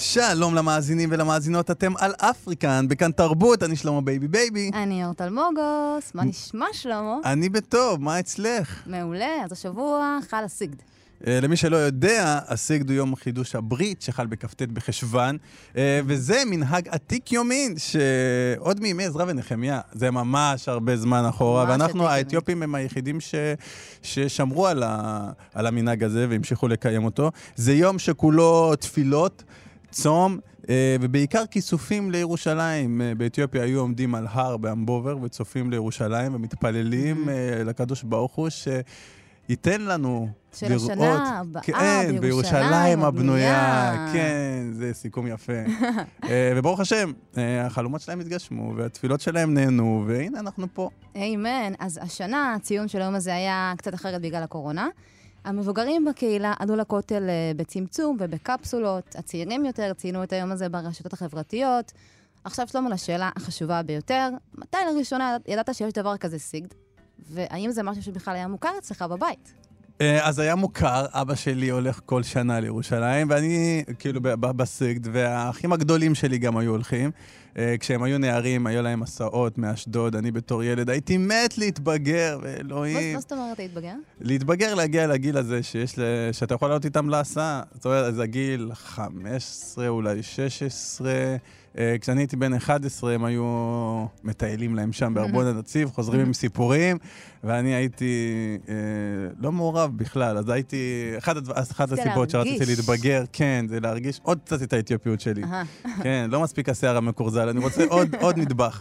שלום למאזינים ולמאזינות, אתם על אפריקן, בכאן תרבות, אני שלמה בייבי בייבי. אני אורטל מוגוס, מה נשמע שלמה? אני בטוב, מה אצלך? מעולה, אז השבוע חל הסיגד. למי שלא יודע, הסיגד הוא יום חידוש הברית שחל בכ"ט בחשוון, וזה מנהג עתיק יומין שעוד מימי עזרא ונחמיה, זה ממש הרבה זמן אחורה, ואנחנו האתיופים הם היחידים ששמרו על המנהג הזה והמשיכו לקיים אותו. זה יום שכולו תפילות, צום, ובעיקר כיסופים לירושלים. באתיופיה היו עומדים על הר באמבובר וצופים לירושלים ומתפללים לקדוש ברוך הוא ייתן לנו של לראות, השנה הבאה, כן, בירושלים הבנויה. כן, זה סיכום יפה. וברוך השם, החלומות שלהם התגשמו, והתפילות שלהם נהנו, והנה אנחנו פה. אמן. אז השנה, הציון של היום הזה היה קצת אחרת בגלל הקורונה. המבוגרים בקהילה עלו לכותל בצמצום ובקפסולות. הצעירים יותר ציינו את היום הזה ברשתות החברתיות. עכשיו שלמה לשאלה החשובה ביותר, מתי לראשונה ידעת שיש דבר כזה סיגד? והאם זה משהו שבכלל היה מוכר אצלך בבית? אז היה מוכר, אבא שלי הולך כל שנה לירושלים, ואני כאילו בסיגד, והאחים הגדולים שלי גם היו הולכים. כשהם היו נערים, היו להם מסעות מאשדוד, אני בתור ילד הייתי מת להתבגר, ואלוהים. מה זאת אומרת להתבגר? להתבגר, להגיע לגיל הזה שאתה יכול לעלות איתם להסעה. זאת אומרת, זה הגיל 15, אולי 16. כשאני הייתי בן 11, הם היו מטיילים להם שם בארמון הנציב, חוזרים עם סיפורים, ואני הייתי לא מעורב בכלל. אז הייתי, אחת הסיבות שרציתי להתבגר, כן, זה להרגיש עוד קצת את האתיופיות שלי. כן, לא מספיק השיער המקורזל, אני רוצה עוד נדבך.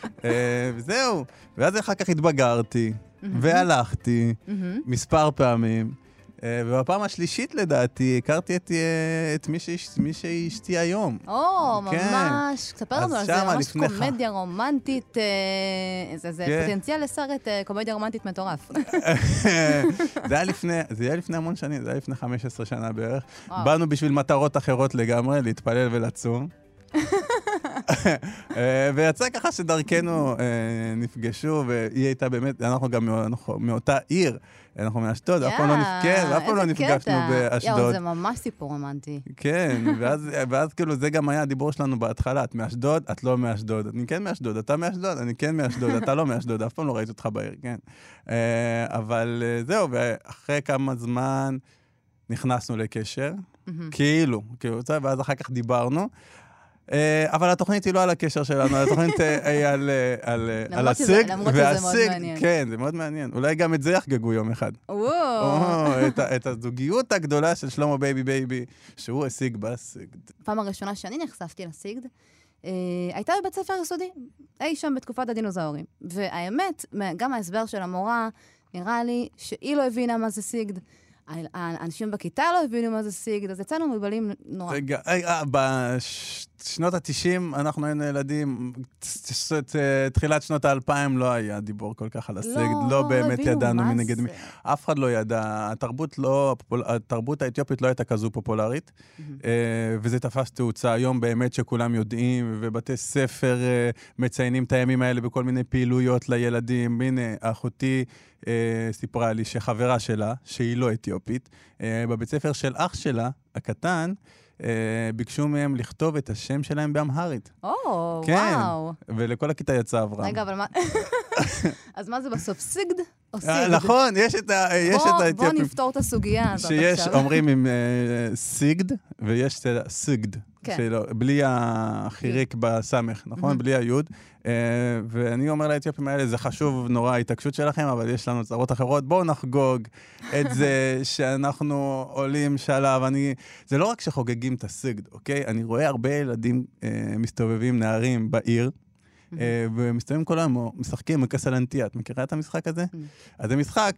וזהו. ואז אחר כך התבגרתי, והלכתי מספר פעמים, ובפעם השלישית לדעתי, הכרתי את מי שאשתי היום. ממש. תספר לנו על זה, ממש קומדיה רומנטית, זה פוטנציאל לסרט קומדיה רומנטית מטורף. זה היה לפני המון שנים, זה היה לפני 15 שנה בערך. באנו בשביל מטרות אחרות לגמרי, להתפלל ולצום. ויצא ככה שדרכנו נפגשו, והיא הייתה באמת, אנחנו גם מאותה עיר, אנחנו מאשדוד, אף פעם לא נפגשנו באשדוד. זה ממש סיפור רומנטי. כן, ואז כאילו זה גם היה הדיבור שלנו בהתחלה, את מאשדוד, את לא מאשדוד, אני כן מאשדוד, אתה מאשדוד, אני כן מאשדוד, אתה לא מאשדוד, אף פעם לא ראיתי אותך בעיר, כן. אבל זהו, ואחרי כמה זמן נכנסנו לקשר, כאילו, ואז אחר כך דיברנו, אבל התוכנית היא לא על הקשר שלנו, התוכנית היא על הסיגד, והסיגד, כן, זה מאוד מעניין. אולי גם את זה יחגגו יום אחד. את הזוגיות הגדולה של שלמה בייבי בייבי, שהוא הסיג בסיגד. פעם הראשונה שאני נחשפתי לסיגד, הייתה בבית ספר יסודי, אי שם בתקופת הדינוזאורים. והאמת, גם ההסבר של המורה, נראה לי שהיא לא הבינה מה זה סיגד, האנשים בכיתה לא הבינו מה זה סיגד, אז יצאנו מבלים נורא. רגע, בשנות ה-90 אנחנו היינו ילדים, תחילת שנות ה-2000 לא היה דיבור כל כך על הסיגד, לא באמת ידענו מנגד מי. אף אחד לא ידע, התרבות האתיופית לא הייתה כזו פופולרית, וזה תפס תאוצה היום באמת שכולם יודעים, ובתי ספר מציינים את הימים האלה בכל מיני פעילויות לילדים. הנה, אחותי סיפרה לי שחברה שלה, שהיא לא אתיופית, בבית ספר של אח שלה, הקטן, ביקשו מהם לכתוב את השם שלהם באמהרית. וואו. ולכל הכיתה יצא אברהם. רגע, אבל מה? אז מה זה בסוף, סיגד או סיגד? נכון, יש את האתיופים. בוא נפתור את הסוגיה הזאת עכשיו. שיש, אומרים עם סיגד, ויש סיגד. בלי החיריק בסמך, נכון? בלי היוד. ואני אומר לאתיופים האלה, זה חשוב נורא ההתעקשות שלכם, אבל יש לנו צרות אחרות. בואו נחגוג את זה שאנחנו עולים שלב. זה לא רק שחוגגים את הסיגד, אוקיי? אני רואה הרבה ילדים מסתובבים, נערים בעיר, ומסתובבים כל היום, משחקים מקסלנטיה. את מכירה את המשחק הזה? אז זה משחק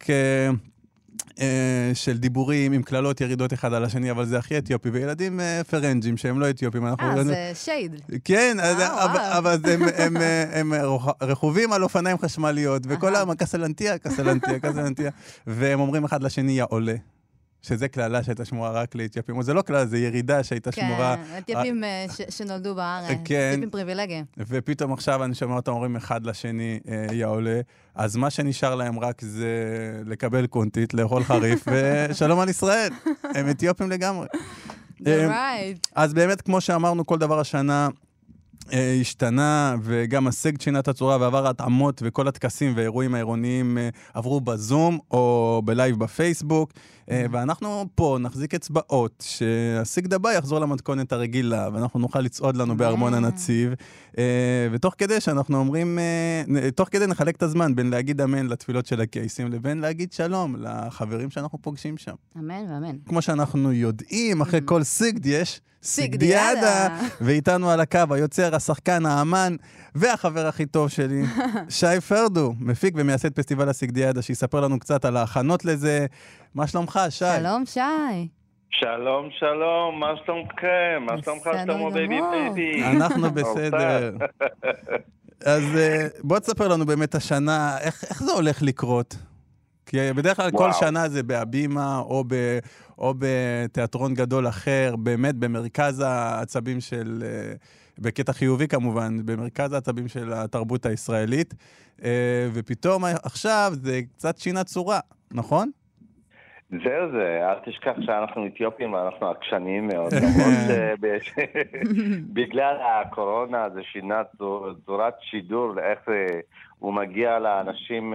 של דיבורים עם כללות ירידות אחד על השני, אבל זה הכי אתיופי, וילדים פרנג'ים שהם לא אתיופים. זה שייד. כן, אבל הם רכובים על אופניים חשמליות, וכל היום קסלנטיה, והם אומרים אחד לשני, יא עולה. שזה כללה שהייתה שמורה רק לאתיופים. זה לא כללה, זה ירידה שהייתה שמורה. כן, אתיופים שנולדו בארץ, אתיופים פריבילגיים. ופתאום עכשיו אני שומע אותם אומרים אחד לשני, יא עולה, אז מה שנשאר להם רק זה לקבל קונטית, לאכול חריף, ושלום על ישראל. הם אתיופים לגמרי. right. אז באמת, כמו שאמרנו, כל דבר השנה השתנה, וגם הסגד שינה את הצורה ועבר התאמות, וכל הטקסים והאירועים העירוניים עברו בזום או בלייב בפייסבוק, ואנחנו פה נחזיק אצבעות שהסגד הבא יחזור למתכונת הרגילה, ואנחנו נוכל לצעוד לנו בארמון הנציב, ותוך כדי שאנחנו אומרים, תוך כדי נחלק את הזמן בין להגיד אמן לתפילות של הקייסים, לבין להגיד שלום לחברים שאנחנו פוגשים שם. אמן ואמן. כמו שאנחנו יודעים, אחרי כל סגד יש סגדיאדה, ואיתנו על הקו היוצר, השחקן, האמן והחבר הכי טוב שלי, שי פרדו, מפיק ומייסד פסטיבל הסגדיאדה, שיספר לנו קצת על ההכנות לזה. מה שלומך, שי? שלום, שי. שלום, שלום, מה שלומכם? מה שלומך, שלמה בייבי בייבי? אנחנו בסדר. אז בוא תספר לנו באמת השנה, איך זה הולך לקרות? כי בדרך כלל כל שנה זה בהבימה או בתיאטרון גדול אחר, באמת במרכז העצבים של, בקטע חיובי כמובן, במרכז העצבים של התרבות הישראלית, ופתאום עכשיו זה קצת שינה צורה, נכון? זהו זה, אל תשכח שאנחנו אתיופים ואנחנו עקשניים מאוד, למרות בגלל הקורונה זה שינה צורת שידור, לאיך הוא מגיע לאנשים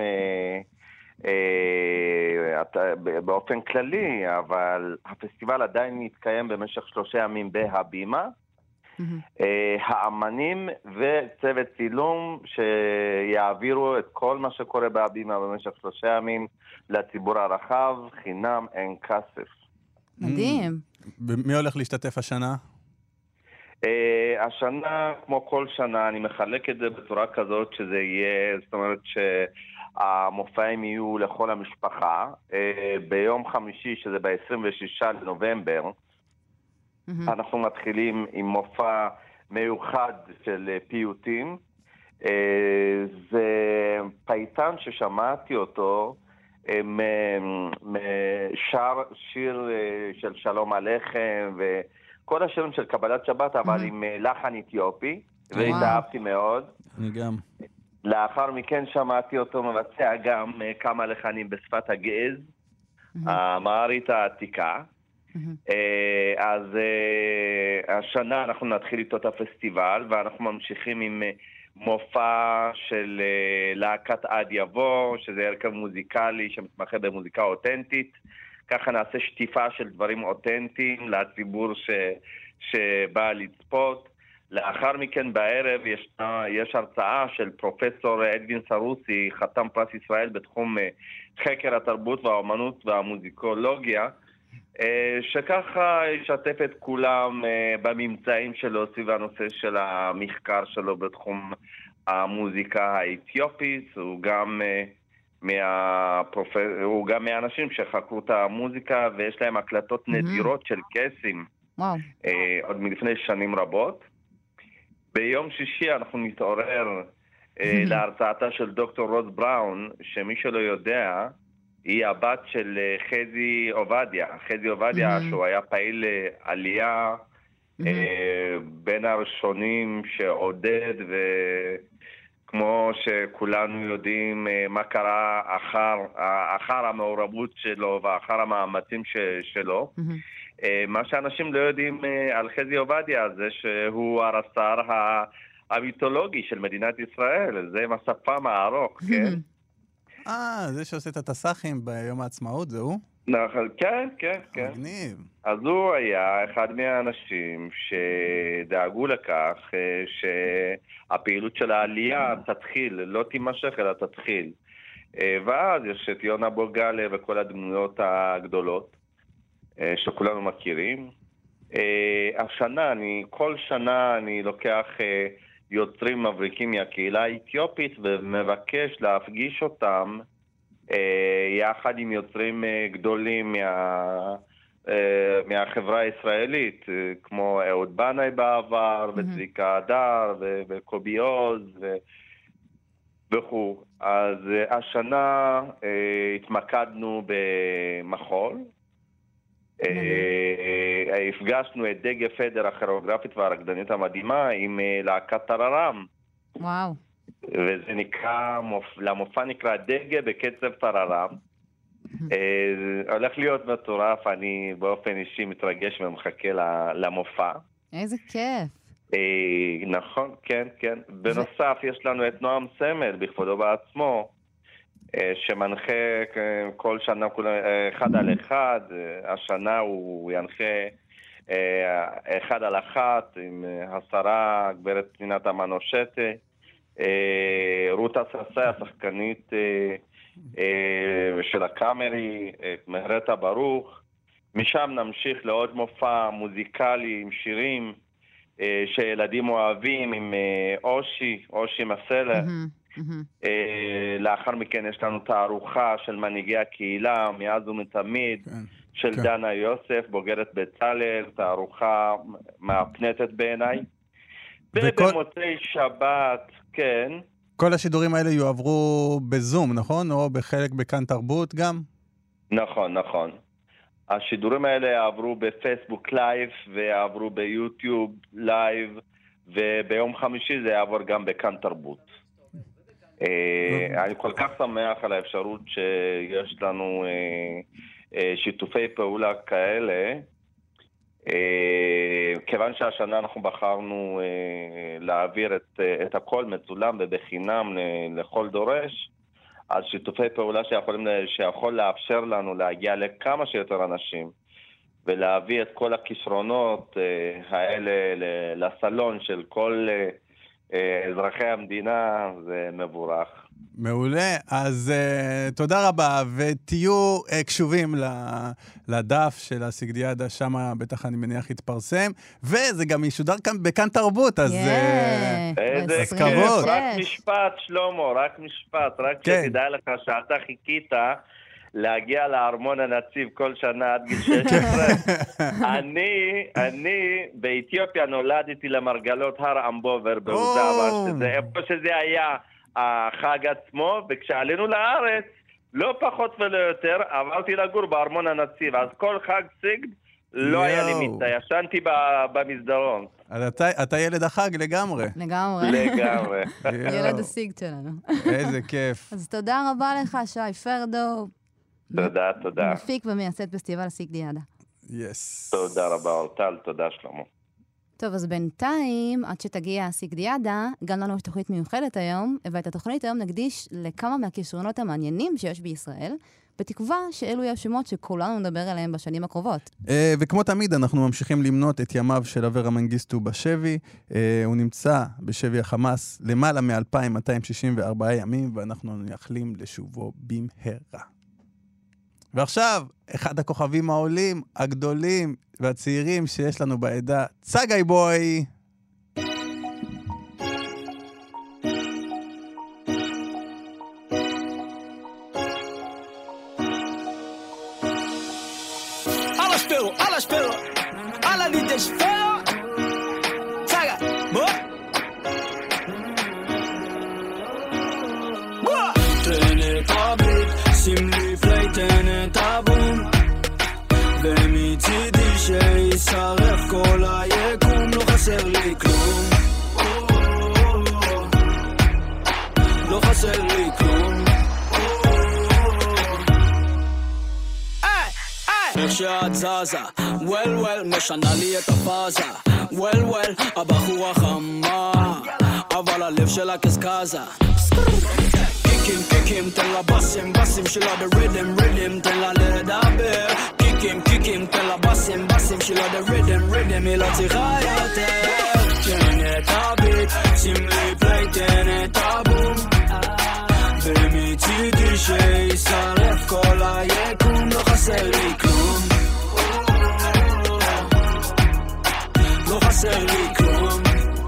באופן כללי, אבל הפסטיבל עדיין מתקיים במשך 3 ימים בהבימה. האמנים וצוות צילום שיעבירו את כל מה שקורה בהבימה במשך 3 ימים לציבור הרחב, חינם, אין כסף. מדהים. מי הולך להשתתף השנה? השנה, כמו כל שנה, אני מחלק את זה בצורה כזאת שזה יהיה, זאת אומרת שהמופעים יהיו לכל המשפחה. ביום חמישי, שזה ב-26 לנובמבר, אנחנו מתחילים עם מופע מיוחד של פיוטים. זה פייטן ששמעתי אותו, שר שיר של שלום עליכם וכל השירים של קבלת שבת, אבל עם לחן אתיופי, והתאהבתי מאוד. אני גם. לאחר מכן שמעתי אותו מבצע גם כמה לחנים בשפת הגז, המארית העתיקה. אז השנה אנחנו נתחיל איתו את הפסטיבל, ואנחנו ממשיכים עם מופע של להקת עד יבוא, שזה הרכב מוזיקלי שמתמחה במוזיקה אותנטית. ככה נעשה שטיפה של דברים אותנטיים לציבור שבא לצפות. לאחר מכן בערב יש הרצאה של פרופסור אדווין סרוסי, חתם פרס ישראל בתחום חקר התרבות והאומנות והמוזיקולוגיה, שככה ישתף את כולם בממצאים שלו סביב הנושא של המחקר שלו בתחום המוזיקה האתיופית. הוא גם מהאנשים שחקרו את המוזיקה ויש להם הקלטות נדירות של קייסים עוד מלפני שנים רבות. ביום שישי אנחנו נתעורר להרצאתה של דוקטור רוז בראון, שמי שלא יודע, היא הבת של חזי עובדיה. חזי עובדיה, שהוא היה פעיל עלייה, בין הראשונים שעודד, וכמו שכולנו יודעים מה קרה אחר המעורבות שלו ואחר המאמצים שלו. מה שאנשים לא יודעים על חזי עובדיה זה שהוא הרס"ר המיתולוגי של מדינת ישראל. זה עם השפם הארוך, כן? זה שעושה את התסחים ביום העצמאות, זה הוא? כן, כן, כן. מגניב. אז הוא היה אחד מהאנשים שדאגו לכך שהפעילות של העלייה תתחיל, לא תימשך אלא תתחיל. ואז יש את יונה בוגלה וכל הדמויות הגדולות שכולנו מכירים. השנה, כל שנה אני לוקח יוצרים מבריקים מהקהילה האתיופית ומבקש להפגיש אותם יחד עם יוצרים גדולים מהחברה הישראלית, כמו אהוד בנאי בעבר, וצביקה הדר, וקובי עוז וכו'. אז השנה התמקדנו במחול. הפגשנו את דגה פדר, הכוריאוגרפית והרקדנית המדהימה, עם להקת טררם. וואו. וזה נקרא, למופע נקרא דגה בקצב טררם. הולך להיות מטורף, אני באופן אישי מתרגש ומחכה למופע. איזה כיף. נכון, כן, כן. בנוסף, יש לנו את נועם סמל, בכבודו בעצמו, שמנחה כל שנה אחד על אחד. השנה הוא ינחה 1 על 1 עם השרה גברת פנינת המנושטה, רותה ססה, השחקנית של הקאמרי, מהרטה ברוך. משם נמשיך לעוד מופע מוזיקלי עם שירים שילדים אוהבים, עם אושי מסלר. לאחר מכן יש לנו תערוכה של מנהיגי הקהילה מאז ומתמיד, של דנה יוסף, בוגרת בצלאל, תערוכה מהפנטת בעיניי. ובמוצאי שבת, כן. כל השידורים האלה יועברו בזום, נכון? או בחלק בכאן תרבות גם? נכון, נכון. השידורים האלה יעברו בפייסבוק לייב, ויעברו ביוטיוב לייב, וביום חמישי זה יעבור גם בכאן תרבות. אני כל כך שמח על האפשרות שיש לנו שיתופי פעולה כאלה, כיוון שהשנה אנחנו בחרנו להעביר את הכל מצולם ובחינם לכל דורש, אז שיתופי פעולה שיכול לאפשר לנו להגיע לכמה שיותר אנשים ולהביא את כל הכישרונות האלה לסלון של כל אזרחי המדינה, זה מבורך. מעולה, אז תודה רבה, ותהיו קשובים לדף של הסגדיאדה, שם בטח אני מניח יתפרסם, וזה גם ישודר כאן בכאן תרבות, אז איזה כיף, רק משפט שלמה, רק משפט, רק שתדע לך שאתה חיכית להגיע לארמון הנציב כל שנה עד גיל 16. אני באתיופיה נולדתי למרגלות הר אמבובר בעוזבה, איפה שזה היה החג עצמו, וכשעלינו לארץ, לא פחות ולא יותר, עברתי לגור בארמון הנציב, אז כל חג סיגד לא היה לי מיטה, ישנתי במסדרון. אתה ילד החג לגמרי. לגמרי. ילד הסיגד שלנו. איזה כיף. אז תודה רבה לך, שי פרדו. תודה. מפיק ומייסד פסטיבל הסגדיאדה. תודה רבה, אורטל, תודה שלמה. טוב, אז בינתיים, עד שתגיע הסגדיאדה, גם לנו יש תוכנית מיוחדת היום, ואת התוכנית היום נקדיש לכמה מהכישרונות המעניינים שיש בישראל, בתקווה שאלו יהיו שמות שכולנו נדבר עליהם בשנים הקרובות. וכמו תמיד, אנחנו ממשיכים למנות את ימיו של אברה מנגיסטו בשבי. הוא נמצא בשבי החמאס למעלה מ-2264 ימים, ואנחנו נייחלים לשובו במהרה. ועכשיו, אחד הכוכבים העולים, הגדולים והצעירים שיש לנו בעדה, צגאי בוי. Alla spelo, alla lite spelo. Saga, boy. Tene tabit, simli play tene tabum. ומצדי שישרף כל היקום, לא חסר לי כלום, לא חסר לי כלום. איך שאת זזה, well, משנה לי את הפאזה, well, הבחורה חמה, אבל הלב שלה קזקזה. קיקים, תן לה בסים שלה ברידם, תן לה לדבר. קיקים, תן לה בסים שלה ברידם, היא לא צריכה יותר. תן את הביט, שים לי פליי, תן את הבום, ומצידי שישרף כל היקום, לא חסר לי כלום, לא חסר לי כלום.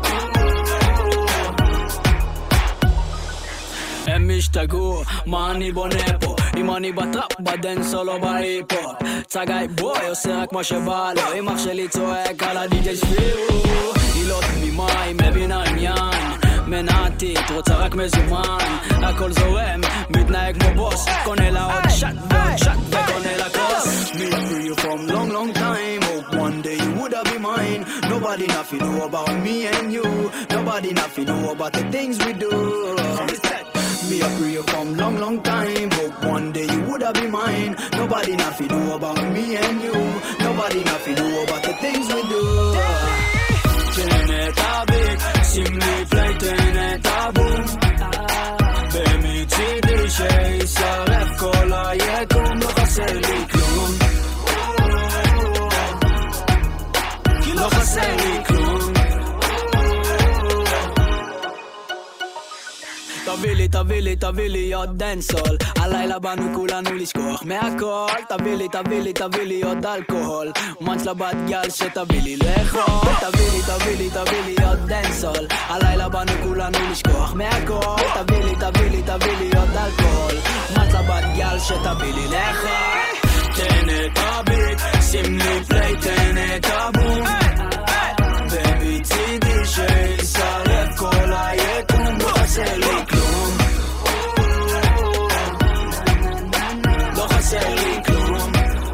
הם השתגעו, מה אני בונה פה? אם אני בטראפ, בדנס או לא בהיפו. צגאי בוי עושה רק מה שבא לו, אם אח שלי צועק על הדי-ג'יי ספירו. היא לא תמימה, היא מבינה עניין, מנעתית, רוצה רק מזומן, הכל זורם, מתנהג כמו בוס, קונה לה עוד שט ועוד שט וקונה לה כוס. Me for you from long time, hope one day you would have been mine. Nobody nothing know about me and you, nobody nothing know about the things we do. Me a pray from long, long time, but one day you woulda be mine. Nobody nothing know about me and you. Nobody nothing know about the things we do. תהנה תביט, שים לי פליי, תהנה תבום. ומצידי שישרף כל היקום, לא חסר לי כלום. לא חסר לי כלום. תביא לי עוד דנסול. הלילה באנו כולנו לשכוח מהכל. תביא לי עוד אלכוהול. מנץ לבת גל שתביא לי לאכול. תביא לי עוד דנסול. הלילה באנו כולנו לשכוח מהכל. תביא לי עוד אלכוהול. מנץ לבת גל שתביא לי לאכול. תהנה תביט, שים לי פליי, תהנה תבום. ובצידי שישרף כל היקום, לא חסר לי כלום. לא חסר לי כלום.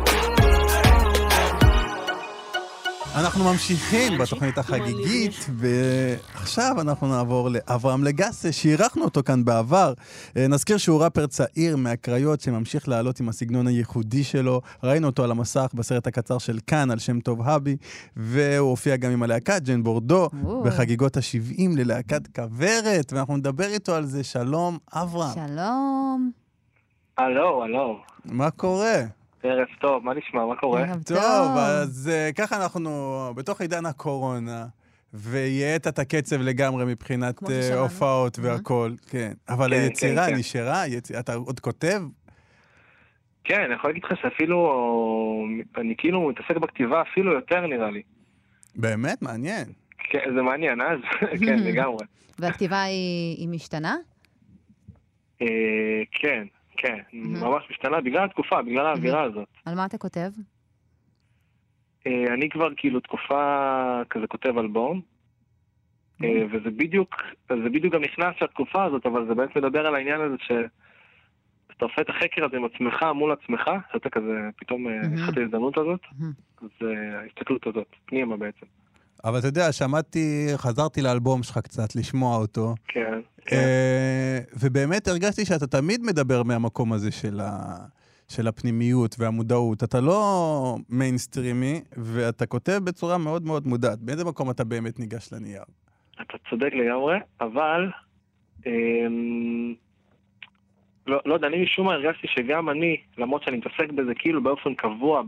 אנחנו ממשיכים בתוכנית החגיגית, ועכשיו אנחנו נעבור לאברהם לגסה, שאירחנו אותו כאן בעבר. נזכיר שהוא ראפר צעיר מהקריות שממשיך לעלות עם הסגנון הייחודי שלו. ראינו אותו על המסך בסרט הקצר של כאן על שם טוב הבי, והוא הופיע גם עם הלהקת ג'יין בורדו בחגיגות ה-70 ללהקת כוורת, ואנחנו נדבר איתו על זה. שלום אברהם. שלום. הלו. מה קורה? ערב טוב, מה נשמע? מה קורה? טוב, אז ככה אנחנו בתוך עידן הקורונה, ויעט את הקצב לגמרי מבחינת הופעות והכל, כן. אבל היצירה נשארה, אתה עוד כותב? כן, אני יכול להגיד לך שאפילו, אני כאילו מתעסק בכתיבה אפילו יותר נראה לי. באמת? מעניין. כן, זה מעניין, אז כן, לגמרי. והכתיבה היא משתנה? כן. כן, ממש משתנה בגלל התקופה, בגלל האווירה הזאת. על מה אתה כותב? אני כבר כאילו תקופה כזה כותב אלבום, וזה בדיוק גם נכנס לתקופה הזאת, אבל זה באמת מדבר על העניין הזה שאתה עושה את החקר הזה עם עצמך מול עצמך, שאתה כזה פתאום יש את ההזדמנות הזאת, אז ההסתכלות הזאת, פנימה בעצם. אבל אתה יודע, חזרתי לאלבום שלך קצת, לשמוע אותו. כן. ובאמת הרגשתי שאתה תמיד מדבר מהמקום הזה של הפנימיות והמודעות. אתה לא מיינסטרימי, ואתה כותב בצורה מאוד מאוד מודעת. באיזה מקום אתה באמת ניגש לנייר? אתה צודק לגמרי, אבל לא יודע, אני משום מה הרגשתי שגם אני, למרות שאני מתעסק בזה כאילו באופן קבוע,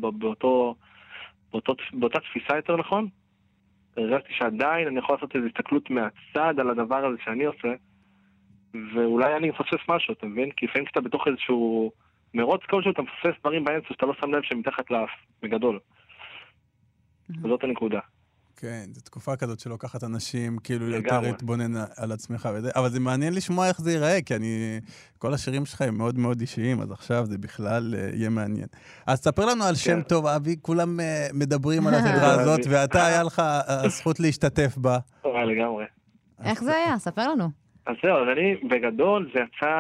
באותה תפיסה יותר נכון, הרגשתי שעדיין אני יכול לעשות איזו הסתכלות מהצד על הדבר הזה שאני עושה, ואולי אני מפספס משהו, אתה מבין? כי לפעמים כשאתה בתוך איזשהו מרוץ כלשהו, אתה מפספס דברים באמצע שאתה לא שם לב שמתחת לאף, בגדול. וזאת הנקודה. כן, זו תקופה כזאת שלוקחת אנשים כאילו יותר להתבונן על עצמך, אבל זה מעניין לשמוע איך זה ייראה, כי כל השירים שלך הם מאוד מאוד אישיים, אז עכשיו זה בכלל יהיה מעניין. אז תספר לנו על שם טוב אבי, כולם מדברים על הסדרה הזאת, ואתה היה לך הזכות להשתתף בה. לגמרי. איך זה היה? ספר לנו. אז זהו, אז אני בגדול, זה יצא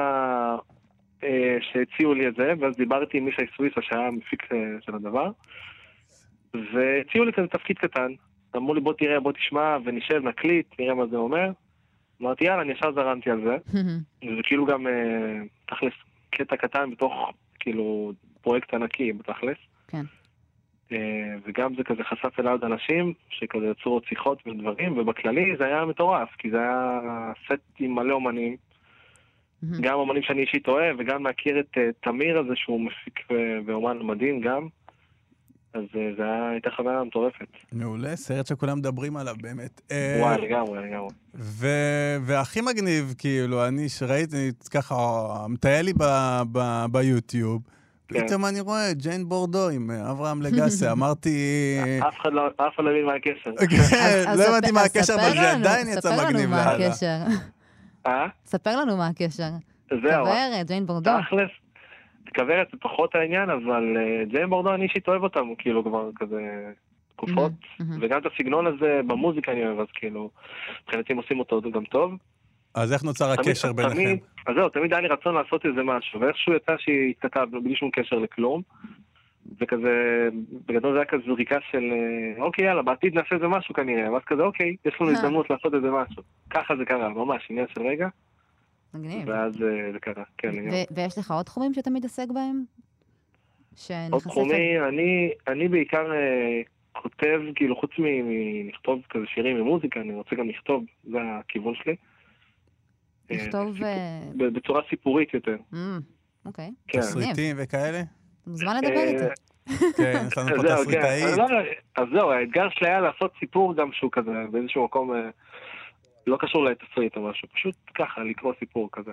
שהציעו לי את זה, ואז דיברתי עם מישי סוויסה שהיה המפיק של הדבר, והציעו לי כזה תפקיד קטן. אמרו לי בוא תראה, בוא תשמע ונשב, נקליט, נראה מה זה אומר. אמרתי יאללה, אני ישר זרמתי על זה. וזה כאילו גם תכלס קטע קטן בתוך כאילו פרויקט ענקי בתכלס. כן. וגם זה כזה חשף אל עוד אנשים שכזה יצרו עוד שיחות ודברים, ובכללי זה היה מטורף, כי זה היה סט עם מלא אומנים. גם אומנים שאני אישית אוהב, וגם מכיר את תמיר הזה שהוא מפיק ואומן מדהים גם. אז זה הייתה חוויה מטורפת. מעולה, סרט שכולם מדברים עליו באמת. וואי, לגמרי. והכי מגניב, כאילו, אני שראיתי ככה, מטייל לי ביוטיוב, פתאום אני רואה ג'יין בורדו עם אברהם לגסה, אמרתי... אף אחד לא מבין מה הקשר. כן, לא הבנתי מה הקשר, אבל זה עדיין יצא מגניב להלה. ספר לנו מה הקשר. זהו. כוורת, ג'יין בורדו. תכלס. כוורת זה פחות העניין, אבל ג'יין בורדו אני אישית אוהב אותם, כאילו כבר כזה תקופות, וגם את הסגנון הזה במוזיקה אני אוהב, אז כאילו, מבחינתי עושים אותו גם טוב. אז איך נוצר הקשר ביניכם? אז זהו, תמיד היה לי רצון לעשות איזה משהו, ואיכשהו יצא שהתכתב בלי שום קשר לכלום, וכזה, בגדול זה היה כזה זריקה של, אוקיי, יאללה, בעתיד נעשה איזה משהו כנראה, ואז כזה, אוקיי, יש לנו הזדמנות לעשות איזה משהו. ככה זה קרה, ממש, עניין של רגע. מגניב. ואז זה קרה, כן. ויש לך עוד תחומים שאתה מתעסק בהם? עוד תחומים, אני בעיקר כותב, כאילו חוץ מלכתוב כזה שירים ומוזיקה, אני רוצה גם לכתוב, זה הכיוון שלי. לכתוב... בצורה סיפורית יותר. אוקיי. תסריטים וכאלה? אתה מוזמן לדבר איתי. כן, יש לנו פה תסריטאית. אז זהו, האתגר שלי היה לעשות סיפור גם שהוא כזה, באיזשהו מקום לא קשור לתסריט או משהו, פשוט ככה, לקרוא סיפור כזה.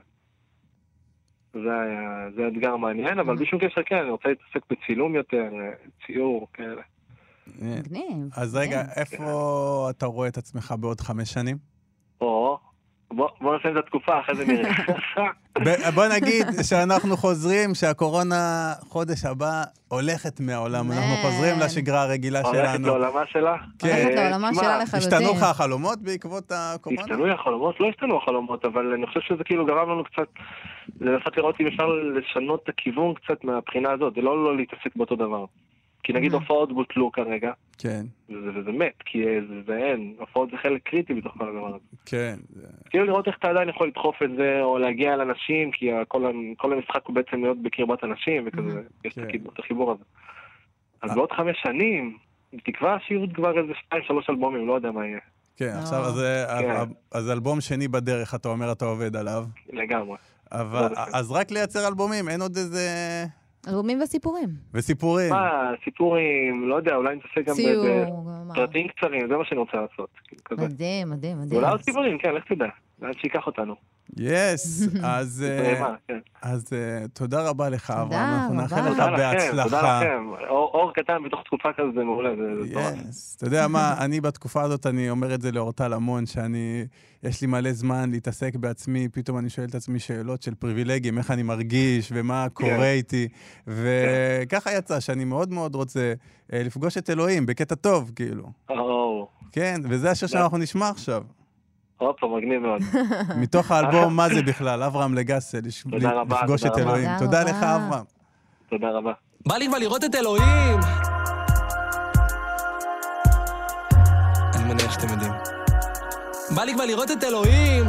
זה אתגר מעניין, אבל בשום קשר כן, אני רוצה להתעסק בצילום יותר, ציור, כאלה. מגניב. אז רגע, איפה אתה רואה את עצמך בעוד 5 שנים? בוא נסיים את התקופה, אחרי זה נראה. בוא נגיד שאנחנו חוזרים, שהקורונה חודש הבא הולכת מהעולם, אנחנו חוזרים לשגרה הרגילה שלנו. הולכת לעולמה שלה? הולכת לעולמה שלה לחלוטין. השתנו לך החלומות בעקבות הקורונה? השתנו החלומות? לא השתנו החלומות, אבל אני חושב שזה כאילו גרם לנו קצת, לנסות לראות אם אפשר לשנות את הכיוון קצת מהבחינה הזאת, זה לא להתעסק באותו דבר. כי נגיד הופעות בוטלו כרגע. כן. וזה מת, כי זה אין. הופעות זה חלק קריטי בתוך כל הדבר הזה. כן. כאילו לראות איך אתה עדיין יכול לדחוף את זה, או להגיע לאנשים, כי כל המשחק הוא בעצם להיות בקרבת אנשים, וכזה, יש את החיבור הזה. אז בעוד 5 שנים, בתקווה שיהיו כבר איזה 2-3 אלבומים, לא יודע מה יהיה. כן, עכשיו אז אלבום שני בדרך, אתה אומר, אתה עובד עליו. לגמרי. אז רק לייצר אלבומים, אין עוד איזה... אלבומים וסיפורים. וסיפורים. סיפורים, לא יודע, אולי נתעסק גם בפרטים קצרים, זה מה שאני רוצה לעשות. מדהים, מדהים, מדהים. אולי עוד סיפורים, כן, לך תדע. לאן שיקח אותנו. יס, אז תודה רבה לך, אברהם. אנחנו נאחל לך בהצלחה. תודה לכם. אור קטן בתוך תקופה כזו זה מעולה. יס, אתה יודע מה, אני בתקופה הזאת, אני אומר את זה לאורטל המון, יש לי מלא זמן להתעסק בעצמי, פתאום אני שואל את עצמי שאלות של פריבילגים, איך אני מרגיש ומה קורה איתי, וככה יצא שאני מאוד מאוד רוצה לפגוש את אלוהים, בקטע טוב, כאילו. כן, וזה השיר שאנחנו נשמע עכשיו. מגניב מאוד. מתוך האלבום, מה זה בכלל? אברהם לגסה, לפגוש את אלוהים. תודה לך, אברהם. תודה רבה. בא לי כבר לראות את אלוהים. אני מניח שאתם יודעים. בא לי כבר לראות את אלוהים.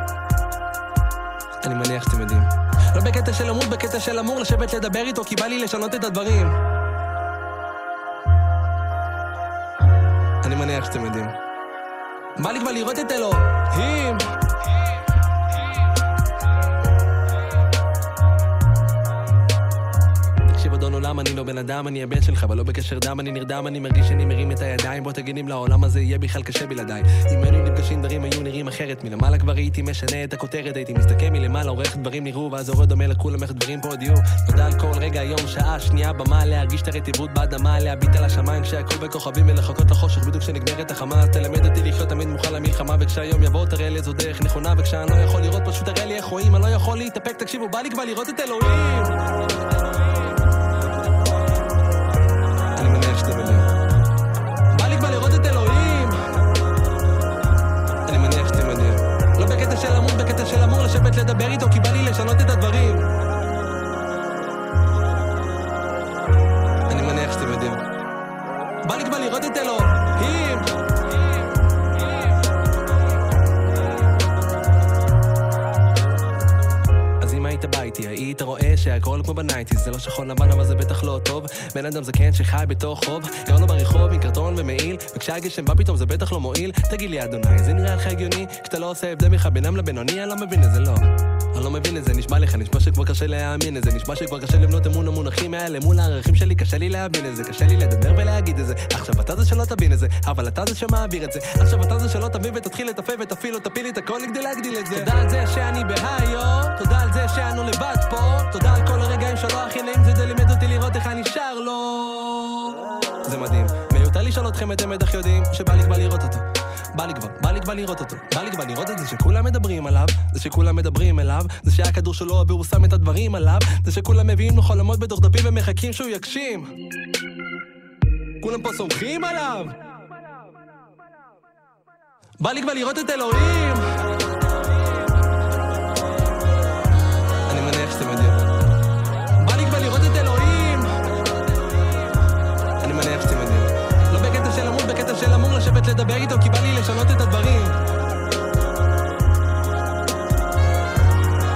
אני מניח שאתם יודעים. לא בקטע של אמור, בקטע של אמור לשבת לדבר איתו, כי בא לי לשנות את הדברים. אני מניח שאתם יודעים. בא לי כבר לראות את אלוהים. אדון עולם, אני לא בן אדם, אני הבן שלך, אבל לא בקשר דם, אני נרדם, אני מרגיש שאני מרים את הידיים, בוא תגיד אם לעולם הזה יהיה בכלל קשה בלעדיי. אם היינו נפגשים דברים היו נראים אחרת, מלמעלה כבר הייתי משנה את הכותרת, הייתי מסתכל מלמעלה, עורך דברים נראו, ואז הורד דומה לכולם איך דברים פה דיור. תודה על כל רגע, יום, שעה, שנייה, במה, להרגיש את הרטיבות באדמה, להביט על השמיים כשהכל בכוכבים ולחכות לחושך, בדיוק כשנגמרת החמה, תלמד אותי לחיות תמיד מוכן למלחמה, וכשהיום יבוא תראה לי איזו דרך נכונה, וכשאני לא יכול לראות פשוט תראה לי איך רואים, אני לא יכול להתאפק, תקשיבו, בא לי כבר לראות את אלוהים. בא לי כבר לראות את אלוהים. אני מניח שאתם יודעים. לא בקטע של אמור, בקטע של אמור לשבת לדבר איתו, כי בא לי לשנות את הדברים. אני מניח שאתם יודעים. בא לי כבר לראות את אלוהים. היית ביתי, היית רואה שהכל כמו בנייטיז, זה לא שחון לבן אבל זה בטח לא טוב, בן אדם זקן שחי בתוך חוב, גר לו ברחוב עם קרטון ומעיל, וכשהגשם בא פתאום זה בטח לא מועיל, תגיד לי אדוני, זה נראה לך הגיוני, כשאתה לא עושה הבדל ממך בינם לבינוני, אני לא מבין את זה, לא. אני לא מבין את זה, נשמע לך, נשמע שכבר קשה להאמין את זה, נשמע שכבר קשה לבנות אמון המונחים האלה, מול הערכים שלי קשה לי להבין את זה, קשה לי לדבר ולהגיד את זה, עכשיו אתה זה שלא תבין את זה, אבל אתה זה שמעביר את זה, עכשיו אתה זה שלא תבין ותתחיל לטפל ותפיל ותפיל את הכל כדי להגדיל את זה. תודה על זה שאני בהיו, תודה על זה שאנו לבד פה, תודה על כל הרגעים שלא הכי נעים, זה לימד אותי לראות איך אני שר לו. זה מדהים, מיותר לשאול אתכם, אתם בטח יודעים שבא לי כבר לראות אותו. בא לי כבר לראות אותו, בא לי כבר לראות את זה שכולם מדברים עליו, זה שכולם מדברים אליו, זה שהכדור שלו עבר הוא שם את הדברים עליו, זה שכולם מביאים לו חלומות בתוך דפים ומחכים שהוא יגשים. כולם פה סומכים עליו. בא לי כבר לראות את אלוהים. אני מניח שאתם יודעים. בא לי כבר לראות את אלוהים. אני מניח שאתם יודעים. לא בקטע של אמור, בקטע של אמור לשבת לדבר איתו, כי בא לי לשנות את הדברים.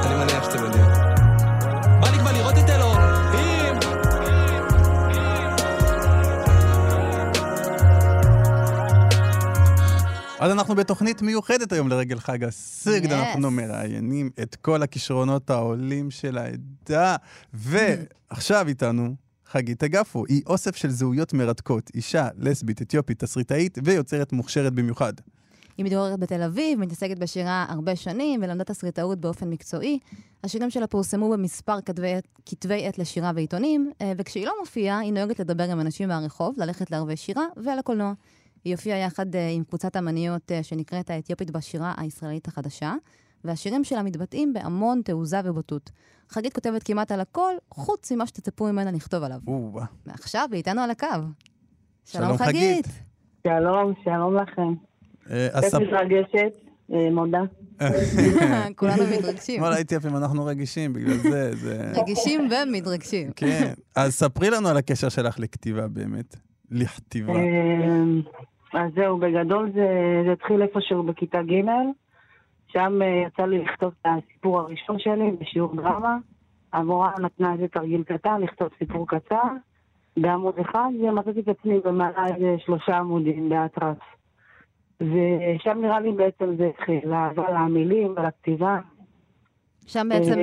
אנחנו בתוכנית מיוחדת היום לרגל חג הסיגד. Yes. אנחנו מראיינים את כל הכישרונות העולים של העדה. ועכשיו איתנו חגית אגפו. היא אוסף של זהויות מרתקות. אישה, לסבית, אתיופית, תסריטאית ויוצרת מוכשרת במיוחד. היא מתגוררת בתל אביב, מתעסקת בשירה הרבה שנים ולמדה תסריטאות באופן מקצועי. השירים שלה פורסמו במספר כתבי עת לשירה ועיתונים, וכשהיא לא מופיעה, היא נוהגת לדבר עם אנשים מהרחוב, ללכת לערבי שירה ולקולנוע. היא הופיעה יחד עם קבוצת אמניות שנקראת האתיופית בשירה הישראלית החדשה, והשירים שלה מתבטאים בהמון תעוזה ובוטות. חגית כותבת כמעט על הכל, חוץ ממה שתצפו ממנה לכתוב עליו. ועכשיו היא איתנו על הקו. שלום חגית. שלום לכם. קצת מתרגשת, מודה. כולנו מתרגשים. וואלה, אתיופים, אנחנו רגישים, בגלל זה. רגישים ומתרגשים. כן. אז ספרי לנו על הקשר שלך לכתיבה באמת. לכתיבה. אז זהו, בגדול זה התחיל איפשהו בכיתה ג', שם יצא לי לכתוב את הסיפור הראשון שלי בשיעור דרמה. המורה נתנה איזה תרגיל קטן, לכתוב סיפור קצר, בעמוד אחד, ומצאתי את עצמי במעלה איזה 3 עמודים באטרף. ושם נראה לי בעצם זה התחיל, לעזור למילים ולכתיבה. שם בעצם...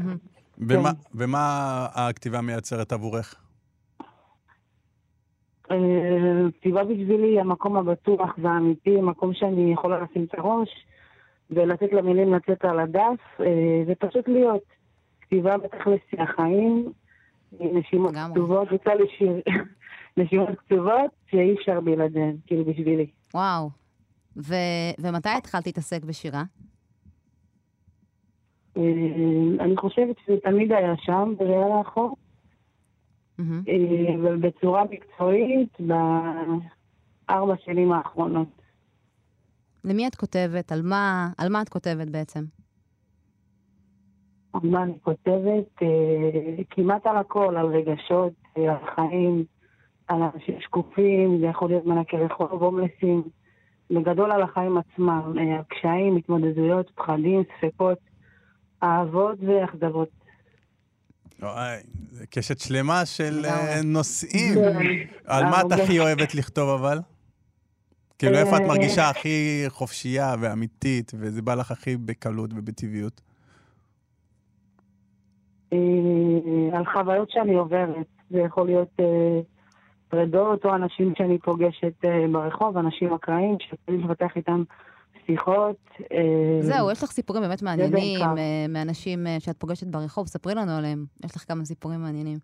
ומה הכתיבה מייצרת עבורך? כתיבה בשבילי היא המקום הבטוח והאמיתי, מקום שאני יכולה לשים את הראש ולתת למילים לצאת על הדף, ופשוט להיות. כתיבה בתכלס החיים, נשימות כתובות, יצא לי שיר, נשימות כתובות שאי אפשר בלעדיהן, כאילו בשבילי. וואו. ומתי התחלתי להתעסק בשירה? אני חושבת שזה תמיד היה שם, בראייה לאחור. אבל בצורה מקצועית, ב4 שנים האחרונות. למי את כותבת? על מה את כותבת בעצם? על מה אני כותבת? כמעט על הכל, על רגשות, על חיים, על אנשים שקופים, זה יכול להיות מנקי רחוב, הומלסים. בגדול על החיים עצמם, הקשיים, התמודדויות, פחדים, ספקות, אהבות ואכזבות. זה קשת שלמה של נושאים. על מה את הכי אוהבת לכתוב אבל? כאילו איפה את מרגישה הכי חופשייה ואמיתית, וזה בא לך הכי בקלות ובטבעיות? על חוויות שאני עוברת. זה יכול להיות פרדות או אנשים שאני פוגשת ברחוב, אנשים אקראיים שיכולים לפתח איתם שיחות. זהו, יש לך סיפורים באמת מעניינים מאנשים שאת פוגשת ברחוב, ספרי לנו עליהם. יש לך כמה סיפורים מעניינים.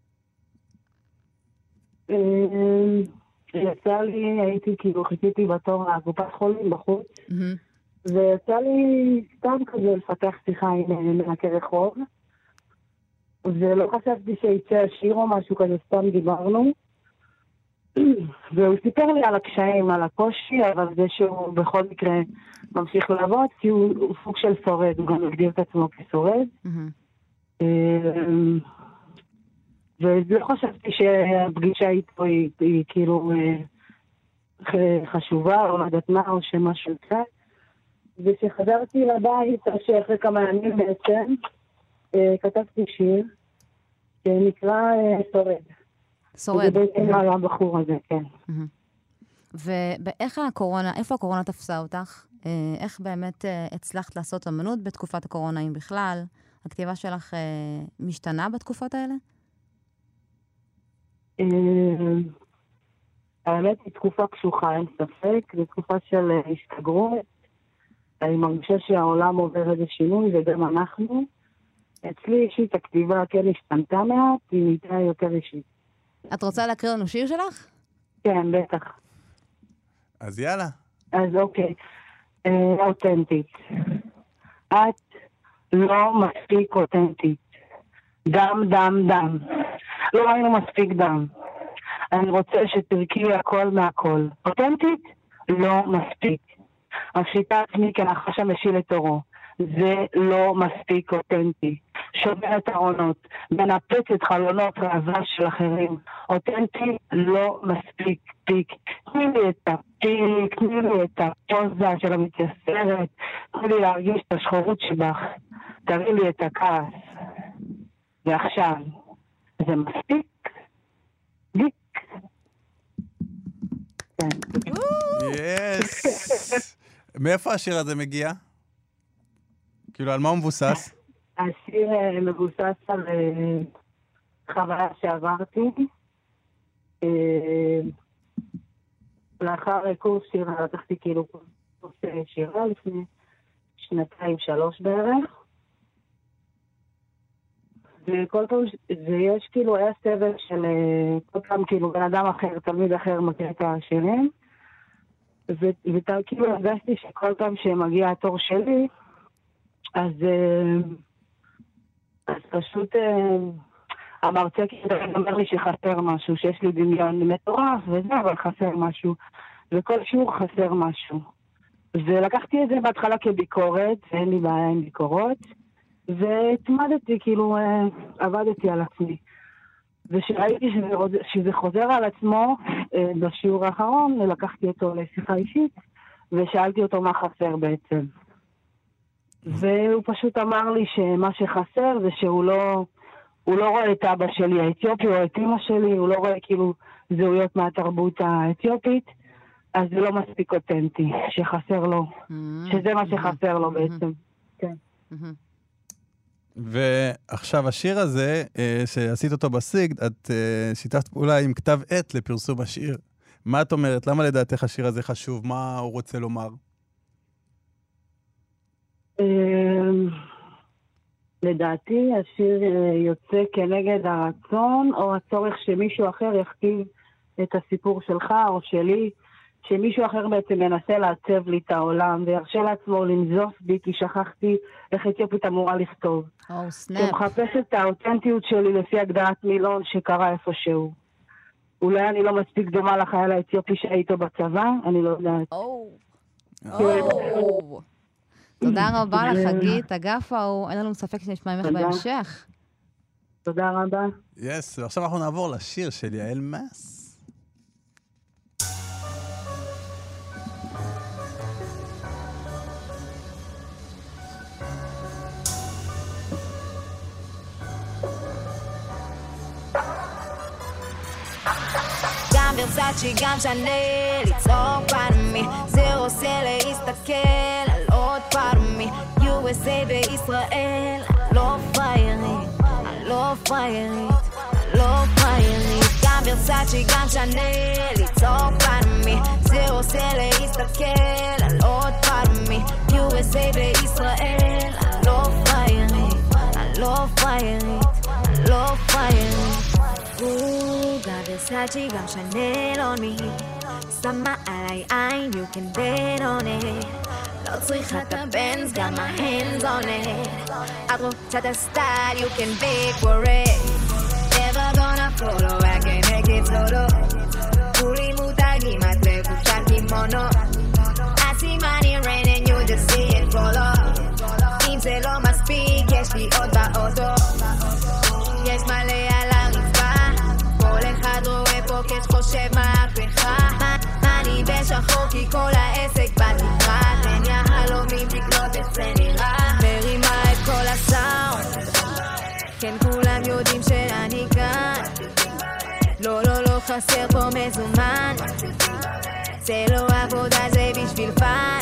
יצא לי, הייתי כאילו, חיכיתי בתור הקופת חולים בחוץ, ויצא לי סתם כזה לפתח שיחה עם מנקי רחוב, ולא חשבתי שיצא השיר או משהו כזה, סתם דיברנו, והוא סיפר לי על הקשיים, על הקושי, אבל זה שהוא בכל מקרה ממשיך לעבוד, כי הוא סוג של שורד, הוא גם מגדיר את עצמו כשורד. ולא חשבתי שהפגישה איתו היא כאילו חשובה, או לדעת מה, או שמשהו קצת. ושחזרתי לבית, שאחרי כמה ימים בעצם, כתבתי שיר, שנקרא שורד. שורד. זה בעצם על הבחור הזה, כן. ואיך איפה הקורונה תפסה אותך? איך באמת הצלחת לעשות אמנות בתקופת הקורונה, אם בכלל? הכתיבה שלך משתנה בתקופות האלה? האמת היא תקופה קשוחה, אין ספק. זו תקופה של הסתגרות. אני מרגישה שהעולם עובר איזה שינוי, וגם אנחנו. אצלי אישית הכתיבה כן השתנתה מעט, היא נהייתה יותר אישית. את רוצה להקריא לנו שיר שלך? כן, בטח. אז יאללה. אז אוקיי. אותנטית. את לא מספיק אותנטית. דם, דם, דם. לא ראינו מספיק דם. אני רוצה שתרקי הכל מהכל. אותנטית? לא מספיק. מפשיטה עצמי כנחש המשיל את אורו. זה לא מספיק אותנטי. שובר את הארונות, מנפץ את חלונות ראווה של אחרים. אותנטי לא מספיק פיק. תני לי את הפיק, תני לי את הפוזה של המתייסרת, תני לי להרגיש את השחורות שבך, תראי לי את הכעס. ועכשיו, זה מספיק? דיק. יס! מאיפה השיר הזה מגיע? כאילו, על מה הוא מבוסס? השיר מבוסס על חוויה שעברתי. לאחר קורס שירה, לקחתי כאילו קורס שירה לפני 2-3 בערך. וכל פעם, ויש כאילו, היה סבב של כל פעם כאילו בן אדם אחר, תלמיד אחר מכיר את השירים. וכאילו הרגשתי שכל פעם שמגיע התור שלי, אז פשוט המרצה כאילו אומר לי שחסר משהו, שיש לי דמיון מטורף וזה, אבל חסר משהו. וכל שיעור חסר משהו. ולקחתי את זה בהתחלה כביקורת, ואין לי בעיה עם ביקורות, והתמדתי, כאילו עבדתי על עצמי. ושראיתי שזה חוזר על עצמו בשיעור האחרון, לקחתי אותו לשיחה אישית, ושאלתי אותו מה חסר בעצם. והוא פשוט אמר לי שמה שחסר זה שהוא לא רואה את אבא שלי האתיופי או את אמא שלי, הוא לא רואה כאילו זהויות מהתרבות האתיופית, אז זה לא מספיק אותנטי, שחסר לו, שזה מה שחסר לו בעצם. כן. ועכשיו השיר הזה, שעשית אותו בסיגד, את שיתפת פעולה עם כתב עת לפרסום השיר. מה את אומרת? למה לדעתך השיר הזה חשוב? מה הוא רוצה לומר? לדעתי השיר יוצא כנגד הרצון או הצורך שמישהו אחר יכתיב את הסיפור שלך או שלי, שמישהו אחר בעצם ינסה לעצב לי את העולם וירשה לעצמו לנזוף בי כי שכחתי איך אתיופית אמורה לכתוב. שמחפש את האותנטיות שלי לפי הגדרת מילון שקרה איפשהו. אולי אני לא מספיק דומה לחייל האתיופי שהייתו בצבא, אני לא יודעת. תודה רבה לך, חגית. אגף ההוא, אין לנו ספק שנשמע ממך בהמשך. תודה רבה. יס, ועכשיו אנחנו נעבור לשיר של יעל מס. גם ורסאצ'י, גם שנל, לצעוק פעמי, זה עושה להסתכל על עוד פעמי, USA בישראל, לא פריירית, לא פריירית, לא פריירית. גם ורסאצ'י, גם שנל, לצעוק פעמי, זה עושה להסתכל על עוד פעמי, USA בישראל, לא פריירית, לא פריירית, לא פריירית. גם ורסאצ'י, גם שנל on me, שמה עליי עין, you can bet on it, לא צריכה את הבנז, גם ההנדס on it, את רוצה את הסטייל, you can beg for it, never gonna follow, I can make it solo, כולי מותגים, את לבושת קימונו, הסימני rain and you just see it follow, אם זה לא מספיק, יש לי עוד באוטו, יש מלא על הרצפה, כל אחד רואה פה כשחושב מהפכה, אני בשחור כי כל העסק בתקרה, תן יהלומים תקנות אצלני רע, מרימה את כל הסאונד, כן כולם יודעים שאני כאן, לא לא לא חסר פה מזומן, זה לא עבודה זה בשביל פן,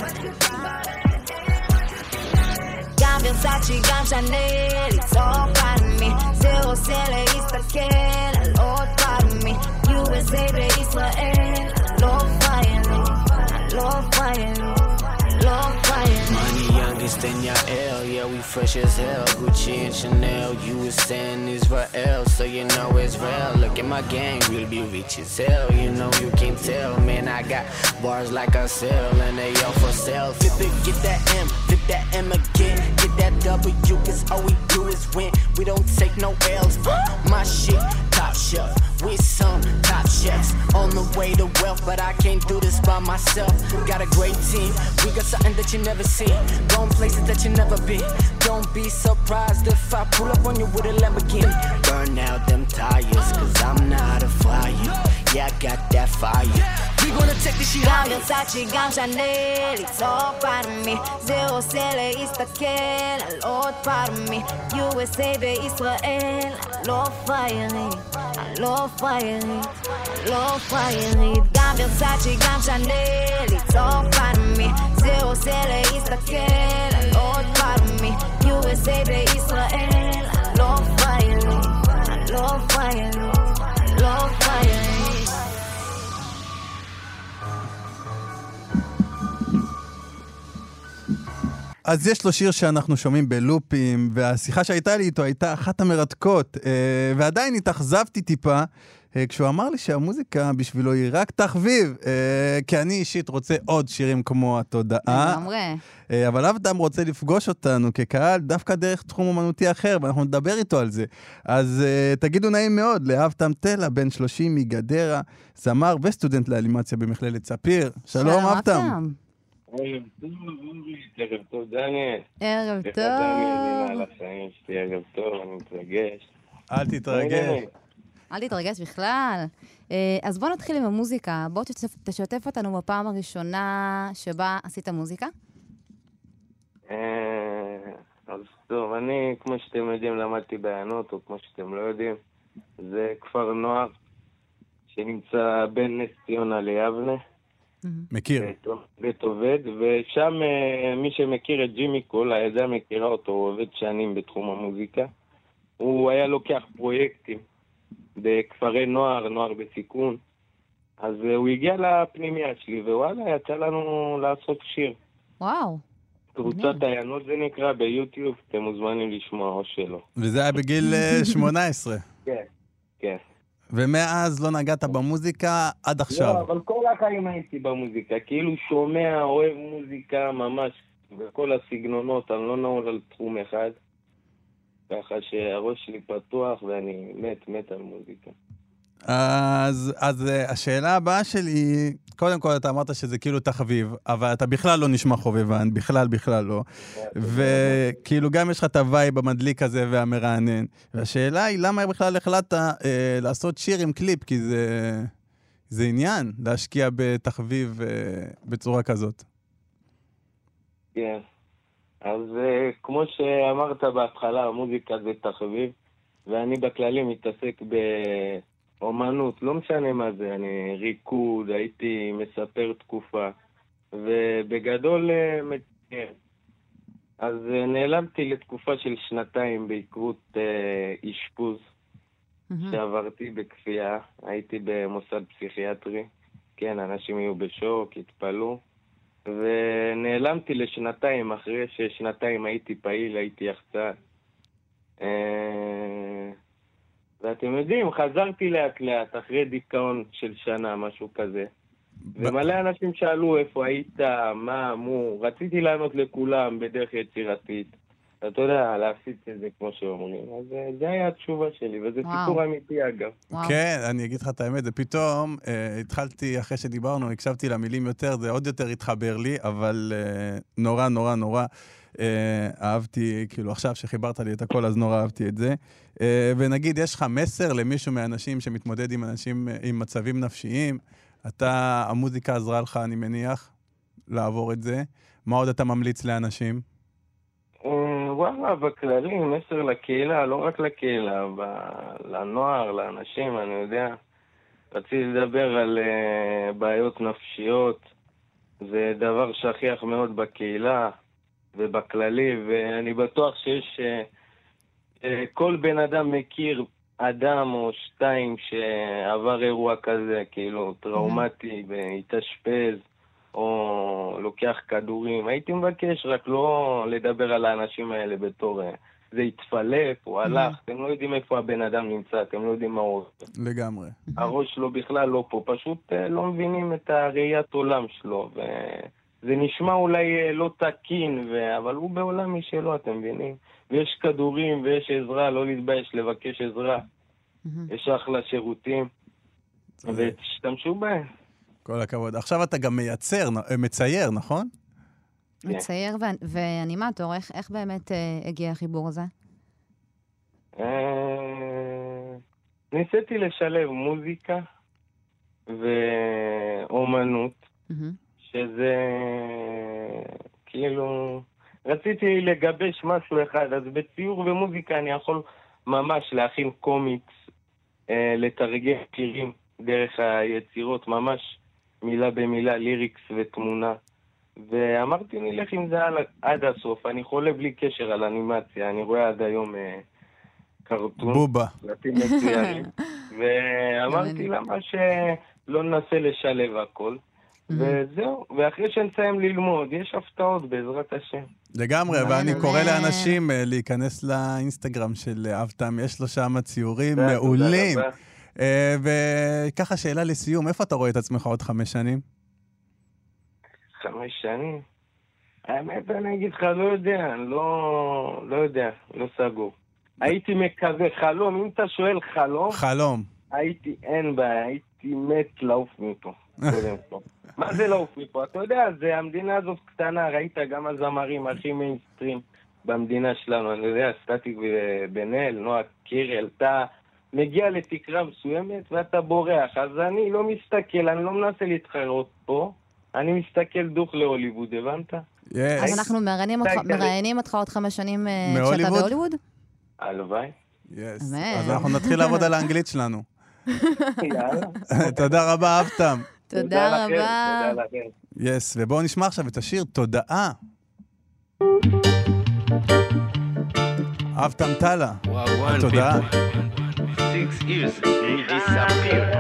גם ורסאצ'י גם שנל, לצעוק פעמי, זה עושה להסתכל על עוד פעמי, USA בישראל, לא פריירית, לא פריירית, לא פריירית. Money youngest than Yael, yeah we fresh as hell, Gucci and Chanel, USA and Israel, so you know it's real, look at my gang, we'll be rich as hell, you know you can't tell, man I got bars like I sell, and they all for sale, flip it, get that M, flip that M again, get that W, cause all we do is win, we don't take no L's, my shit, top shelf, with some top chefs, on the way to wealth, but I can't do this by myself, got a great team, we got something that you never seen, going places that you never been, don't be surprised if I pull up on you with a Lamborghini, burn out them tires, cause I'm not a fire, yeah I got that fire, we gonna take this shit גם higher. ורסאצ'י, גם שנל, לצעוק פעמי, זה עושה להסתכל על עוד פעמי, USA בישראל, לא פריירית, לא פריירית, לא פריירית. גם ורסאצ'י, גם שנל, לצעוק פנמי. זה עושה להסתכל על עוד פנמי. USA בישראל, לא פריירית, לא פריירית, לא פריירית. אז יש לו שיר שאנחנו שומעים בלופים, והשיחה שהייתה לי איתו הייתה אחת המרתקות, ועדיין התאכזבתי טיפה, כשהוא אמר לי שהמוזיקה בשבילו היא רק תחביב, כי אני אישית רוצה עוד שירים כמו התודעה, אבל אבטם רוצה לפגוש אותנו כקהל דווקא דרך תחום אומנותי אחר, ואנחנו נדבר איתו על זה. אז תגידו נעים מאוד לאבטם תלה, בן 30 מגדרה, זמר וסטודנט לאנימציה במכללת ספיר. שלום אבטם. ערב טוב דניאל. ערב טוב. דניאל, על החיים שלי, ערב טוב, אני מתרגש. אל תתרגש. אל תתרגש בכלל. אז בוא נתחיל עם המוזיקה. בוא תשתף אותנו בפעם הראשונה שבה עשית מוזיקה. אז טוב, אני, כמו שאתם יודעים, למדתי בעיינות, או כמו שאתם לא יודעים, זה כפר נוער שנמצא בין נס ציונה ליבנה. מכיר. בית עובד, ושם מי שמכיר את ג'ימי קול, העדה מכירה אותו, הוא עובד שנים בתחום המוזיקה. הוא היה לוקח פרויקטים בכפרי נוער, נוער בסיכון. אז הוא הגיע לפנימיה שלי, ווואלה, יצא לנו לעשות שיר. וואו. קבוצת עיינות זה נקרא ביוטיוב, אתם מוזמנים לשמוע או שלא. וזה היה בגיל 18. כן, כן. ומאז לא נגעת במוזיקה עד עכשיו. לא, אבל כל החיים הייתי במוזיקה, כאילו שומע, אוהב מוזיקה ממש, וכל הסגנונות, אני לא נעול על תחום אחד, ככה שהראש שלי פתוח ואני מת על מוזיקה. אז השאלה הבאה שלי, קודם כל אתה אמרת שזה כאילו תחביב, אבל אתה בכלל לא נשמע חובבן, בכלל לא. וכאילו גם יש לך את הווייב המדליק הזה והמרענן. והשאלה היא למה בכלל החלטת לעשות שיר עם קליפ, כי זה עניין להשקיע בתחביב בצורה כזאת. כן. אז כמו שאמרת בהתחלה, המוזיקה זה תחביב, ואני בכללי מתעסק אומנות, לא משנה מה זה, אני ריקוד, הייתי מספר תקופה, ובגדול מתקר. אז נעלמתי לתקופה של 2 בעקבות אשפוז שעברתי בכפייה, הייתי במוסד פסיכיאטרי, כן, אנשים יהיו בשוק, התפלו, ונעלמתי ל2, אחרי ש2 הייתי פעיל, הייתי יחצן. ואתם יודעים, חזרתי לאט אחרי דיכאון של שנה, משהו כזה. ומלא אנשים שאלו איפה היית, מה, מו, רציתי לענות לכולם בדרך יצירתית. אתה יודע, להפיץ את זה כמו שאומרים. אז זה היה התשובה שלי, וזה סיפור אמיתי אגב. כן, אני אגיד לך את האמת, זה פתאום, התחלתי אחרי שדיברנו, הקשבתי למילים יותר, זה עוד יותר התחבר לי, אבל נורא. אהבתי, כאילו עכשיו שחיברת לי את הכל, אז נורא אהבתי את זה. ונגיד, יש לך מסר למישהו מהאנשים שמתמודד עם אנשים עם מצבים נפשיים, המוזיקה עזרה לך, אני מניח, לעבור את זה. מה עוד אתה ממליץ לאנשים? וואלה, בכללי, מסר לקהילה, לא רק לקהילה, לנוער, לאנשים, אני יודע. רציתי לדבר על בעיות נפשיות, זה דבר שכיח מאוד בקהילה ובכללי, ואני בטוח שיש כל בן אדם מכיר אדם או 2 שעבר אירוע כזה, כאילו טראומטי, והתאשפז, או לוקח כדורים. הייתי מבקש רק לא לדבר על האנשים האלה בתור זה התפלף או הלך. אתם לא יודעים איפה הבן אדם נמצא, אתם לא יודעים מה הוא עושה. לגמרי. הראש שלו בכלל לא פה, פשוט לא מבינים את הראיית עולם שלו, וזה נשמע אולי לא תקין, אבל הוא בעולם משלו, אתם מבינים? ויש כדורים ויש עזרה, לא להתבייש לבקש עזרה. יש אחלה שירותים, ותשתמשו בהם. כל הכבוד. עכשיו אתה גם מצייר, נכון? מצייר ואנימטור, איך באמת הגיע החיבור הזה? ניסיתי לשלב מוזיקה ואומנות, שזה כאילו, רציתי לגבש משהו אחד, אז בציור ומוזיקה אני יכול ממש להכין קומיקס לתרגם שירים דרך היצירות, ממש מילה במילה, ליריקס ותמונה. ואמרתי, נלך עם זה עד הסוף. אני חולה בלי קשר על אנימציה, אני רואה עד היום קרטון. בובה. ואמרתי, למה שלא ננסה לשלב הכל? וזהו, ואחרי שנסיים ללמוד, יש הפתעות בעזרת השם. לגמרי, ואני קורא לאנשים להיכנס לאינסטגרם של אבטם, יש לו שם ציורים מעולים. וככה שאלה לסיום, איפה אתה רואה את עצמך עוד 5 שנים? 5 שנים? האמת, אני אגיד לך, לא יודע, לא יודע, לא סגור. הייתי מקווה, חלום, אם אתה שואל חלום... חלום. אין בעיה, הייתי מת לעוף מפה. מה זה לעוף מפה? אתה יודע, המדינה הזאת קטנה, ראית גם הזמרים הכי מיינסטרים במדינה שלנו, אני יודע, סטטיק ובן-אל, נועה קירל, אתה מגיע לתקרה מסוימת ואתה בורח, אז אני לא מסתכל, אני לא מנסה להתחרות פה, אני מסתכל דוך להוליווד, הבנת? אז אנחנו מראיינים אותך עוד 5 שנים כשאתה בהוליווד? הלוואי. אז אנחנו נתחיל לעבוד על האנגלית שלנו. תודה רבה, אבטם. תודה רבה. יס, ובואו נשמע עכשיו את השיר תודעה. אבטם טלה. תודעה. 6 years, he disappeared.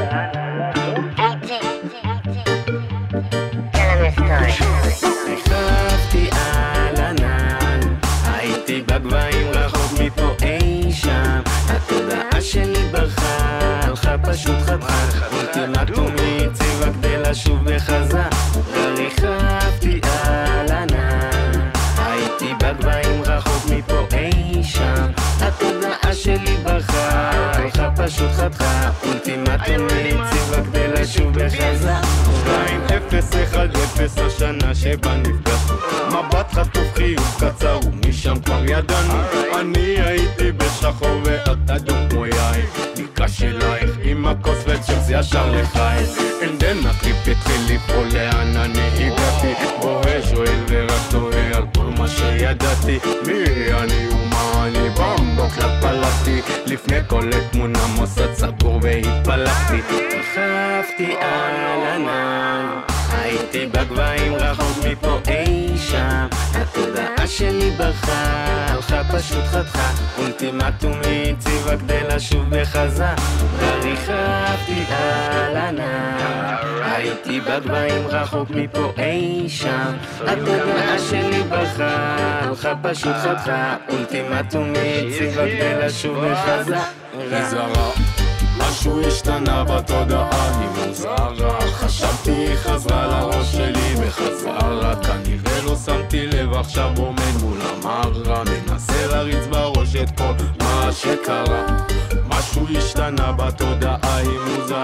נחפתי על ענן, הייתי בגבעים רחוק מפה אי שם, התודעה שלי ברחה, הלכה פשוט חתכה, אולטימטומי הציבה כדי לשוב בחזה, וריחפתי על ענן, הייתי בגבעים רחוק מפה אי שם, התודעה שלי ברחה, הלכה פשוט חתכה, אולטימטומי הציבה כדי לשוב בחזה, 2-0-1-0 השנה שבה נפגשנו, מבט חטוף חיוך קצר ומשם כבר ידענו, אני הייתי בשחור ואת אדום כמו יין, ניגש אלייך עם הכוס וצ'פס ישר לחיים, and then הטריפ התחיל לפעול לאן אני הגעתי, בוהה שואל ורק תוהה על כל מה שידעתי, מי אני ומה אני במבוק לפלטתי, לפני כל תמונה מוסד סגור והתפלחתי, נחפתי על ענן, הייתי בגבעים רחוק מפה אי שם, התודעה שלי ברחה, הלכה פשוט חתכה, אולטימטומי הציבה כדי לשוב בחזה, וריחפתי על ענן, הייתי בגבעים רחוק מפה אי שם, התודעה שלי ברחה, הלכה פשוט חתכה, אולטימטומי הציבה כדי לשוב בחזה, וזרה משהו השתנה בתודעה, היא מוזרה, חשבתי היא חזרה לראש שלי בחזרה, כנראה לא שמתי לב, עכשיו עומד מול המראה, מנסה להריץ בראש את כל מה שקרה, משהו השתנה בתודעה, היא מוזרה,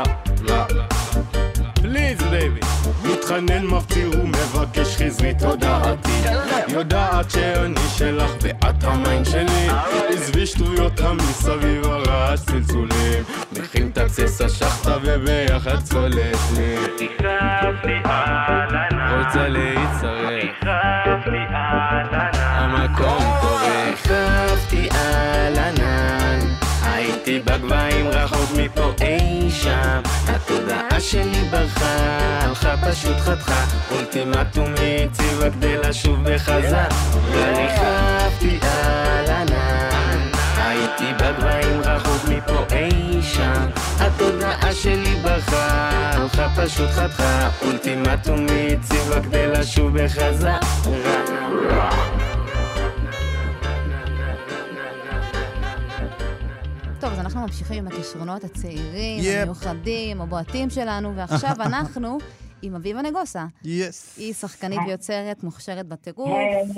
פליז בייבי, מתחנן מפציר ומבקש חזרי תודעתי, יודעת שאני שלך ואת המיין שלי, עזבי שטויות המסביב הרעש צלצולים, מכין תקסס השחטה וביחד צולט לי, נחפתי על ענן, רוצה להצטרף, נחפתי על ענן, המקום קורה, נחפתי על ענן, הייתי בגבעים רחוק מפה אי שם, התודעה שלי ברחה, הלכה פשוט חתכה, אולטימטומי הציבה כדי לשוב בחזה, וריחפתי על ענן, הייתי בגבעים רחוק מפה אי שם, התודעה שלי ברחה, הלכה פשוט חתכה, אולטימטומי הציבה כדי לשוב בחזה. טוב, אז אנחנו ממשיכים עם הכישרונות הצעירים, המיוחדים, הבועטים שלנו, ועכשיו אנחנו עם אביבה נגוסה. יס. היא שחקנית ויוצרת, מוכשרת בטירוף.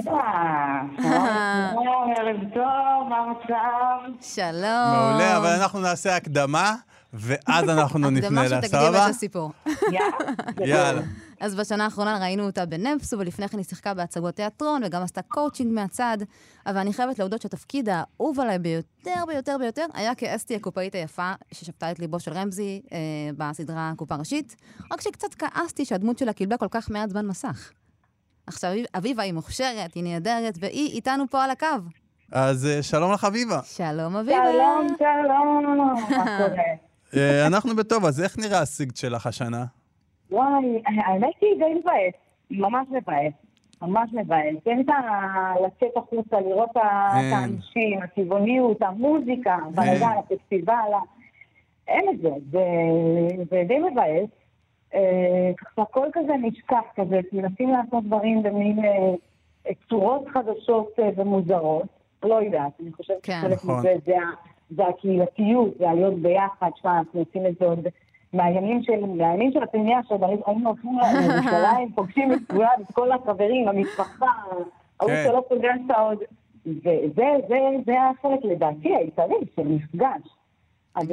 ערב טוב, מה המצב? שלום. מעולה, אבל אנחנו נעשה הקדמה, ואז אנחנו נפנה לה, הקדמה שתקדים את הסיפור. יאללה. אז בשנה האחרונה ראינו אותה בנפסו, ולפני כן היא שיחקה בהצגות תיאטרון, וגם עשתה קואוצ'ינג מהצד, אבל אני חייבת להודות שהתפקיד האהוב עליי ביותר היה כאסתי הקופאית היפה, ששפטה את ליבו של רמזי בסדרה קופה ראשית, רק שקצת כעסתי שהדמות שלה קיבלה כל כך מעט זמן מסך. עכשיו, אביבה היא מוכשרת, היא נהדרת, והיא איתנו פה על הקו. אז שלום לך, אביבה. שלום, אביבה. שלום, שלום. מה קורה? אנחנו בטוב, אז איך נראה הסיגד שלך השנה? וואי, האמת היא די מבאס. ממש מבאס. ממש מבאס. באמצע לצאת החוצה, לראות את האנשים, הצבעוניות, המוזיקה, בלגן, הפסטיבל. אין את זה. זה די מבאס. ככה הכל כזה נשכח כזה, מנסים לעשות דברים במין צורות חדשות ומוזרות. לא יודעת, אני חושבת שחלק מזה זה הקהילתיות, זה להיות ביחד, אנחנו עושים את זה עוד מהימים של הפנייה, שהיינו הולכים לירושלים, פוגשים את כולם, את כל החברים, המשפחה, ההוא שלא פוגשת עוד, וזה החלק לדעתי העיקרי של מפגש. אז זה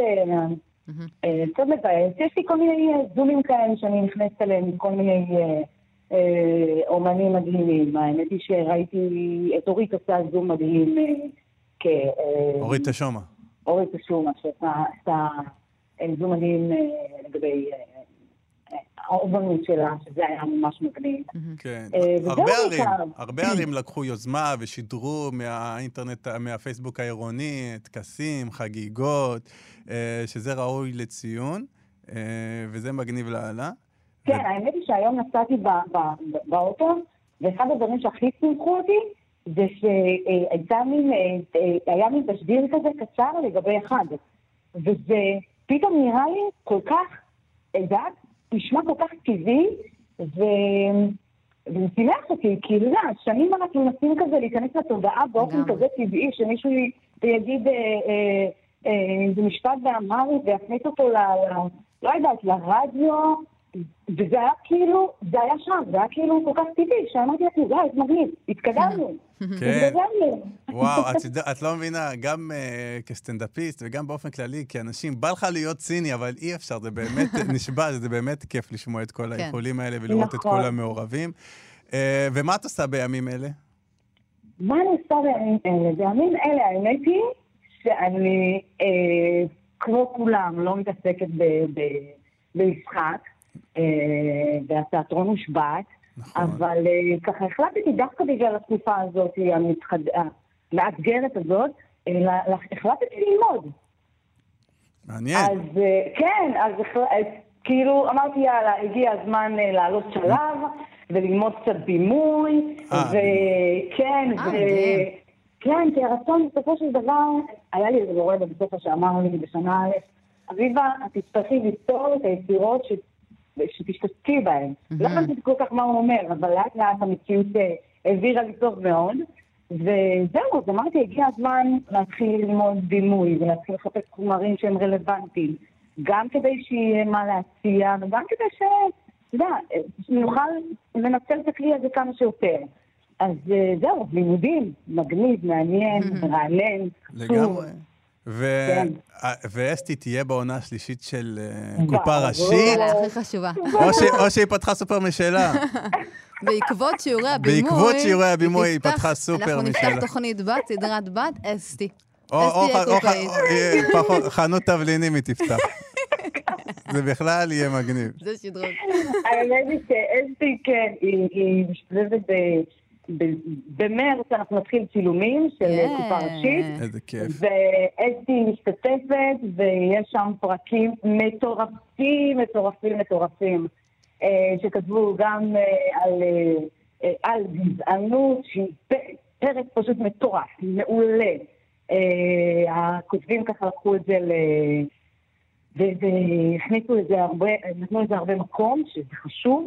קצת מבאס. יש לי כל מיני זומים כאלה שאני נכנסת אליהם עם כל מיני אומנים מדהימים. האמת היא שראיתי את אורית עושה זום מדהים אורית תשומע. אורית תשומע, שעשה זום מדהים לגבי האומנות שלה, שזה היה ממש מגניב. כן. הרבה ערים לקחו יוזמה ושידרו מהאינטרנט, מהפייסבוק העירוני, טקסים, חגיגות, שזה ראוי לציון, וזה מגניב לעלה. כן, האמת היא שהיום נסעתי באוטו, ואחד הדברים שהכי שמחו אותי, זה שהיה מין תשדיר כזה קצר לגבי אחד. וזה פתאום נראה לי כל כך, יודעת, נשמע כל כך טבעי, ומשמח אותי, כי לא, שנים אנחנו מנסים כזה להיכנס לתודעה באופן כזה טבעי, שמישהו יגיד איזה משפט באמהרית ויכניס אותו לא יודעת, לרדיו, וזה היה כאילו, זה היה שם, זה היה כאילו כל כך טבעי, שאמרתי לעצמי, זה מגניב, התקדמנו. כן, וואו, את לא מבינה, גם כסטנדאפיסט וגם באופן כללי, כי אנשים, בא לך להיות ציני, אבל אי אפשר, זה באמת נשבע, זה באמת כיף לשמוע את כל האיחולים האלה ולראות את כל המעורבים. ומה את עושה בימים אלה? מה אני עושה בימים אלה? בימים אלה, האמת היא שאני, כמו כולם, לא מתעסקת במשחק, והתיאטרון מושבת, אבל ככה החלטתי דווקא בגלל התקופה הזאת, המאתגרת הזאת, החלטתי ללמוד. מעניין. אז כן, אז כאילו אמרתי, יאללה, הגיע הזמן לעלות שלב, וללמוד קצת בימוי, וכן, כן, כי הרצון בסופו של דבר, היה לי איזה מורה בבית ספר שאמר לי בשנה א', אביבה, את תצטרכי ליצור את היצירות שתשתתפי בהן. לא חושבת כל כך מה הוא אומר, אבל לאט לאט המציאות העבירה לי טוב מאוד, וזהו, אז אמרתי, הגיע הזמן להתחיל ללמוד בימוי, ולהתחיל לחפש חומרים שהם רלוונטיים, גם כדי שיהיה מה להציע, וגם כדי שנוכל לנצל את הכלי הזה כמה שיותר. אז זהו, לימודים, מגניב, מעניין, רענן, לגמרי. ואסתי תהיה בעונה השלישית של קופה ראשית. הכי חשובה. או שהיא פתחה סופר משלה. בעקבות שיעורי הבימוי, היא פתחה סופר משלה. אנחנו נפתח תוכנית בת, סדרת בת, אסתי. או חנות תבלינים היא תפתח. זה בכלל יהיה מגניב. זה שדרוג. האמת היא שאסתי, כן, היא משתלבת במרץ אנחנו נתחיל צילומים של קופה ראשית. איזה כיף. ואסתי משתתפת, ויש שם פרקים מטורפים, שכתבו גם על גזענות, שהיא פרק פשוט מטורף, מעולה. הכותבים ככה לקחו את זה והכניסו את זה הרבה, נתנו את זה הרבה מקום, שזה חשוב.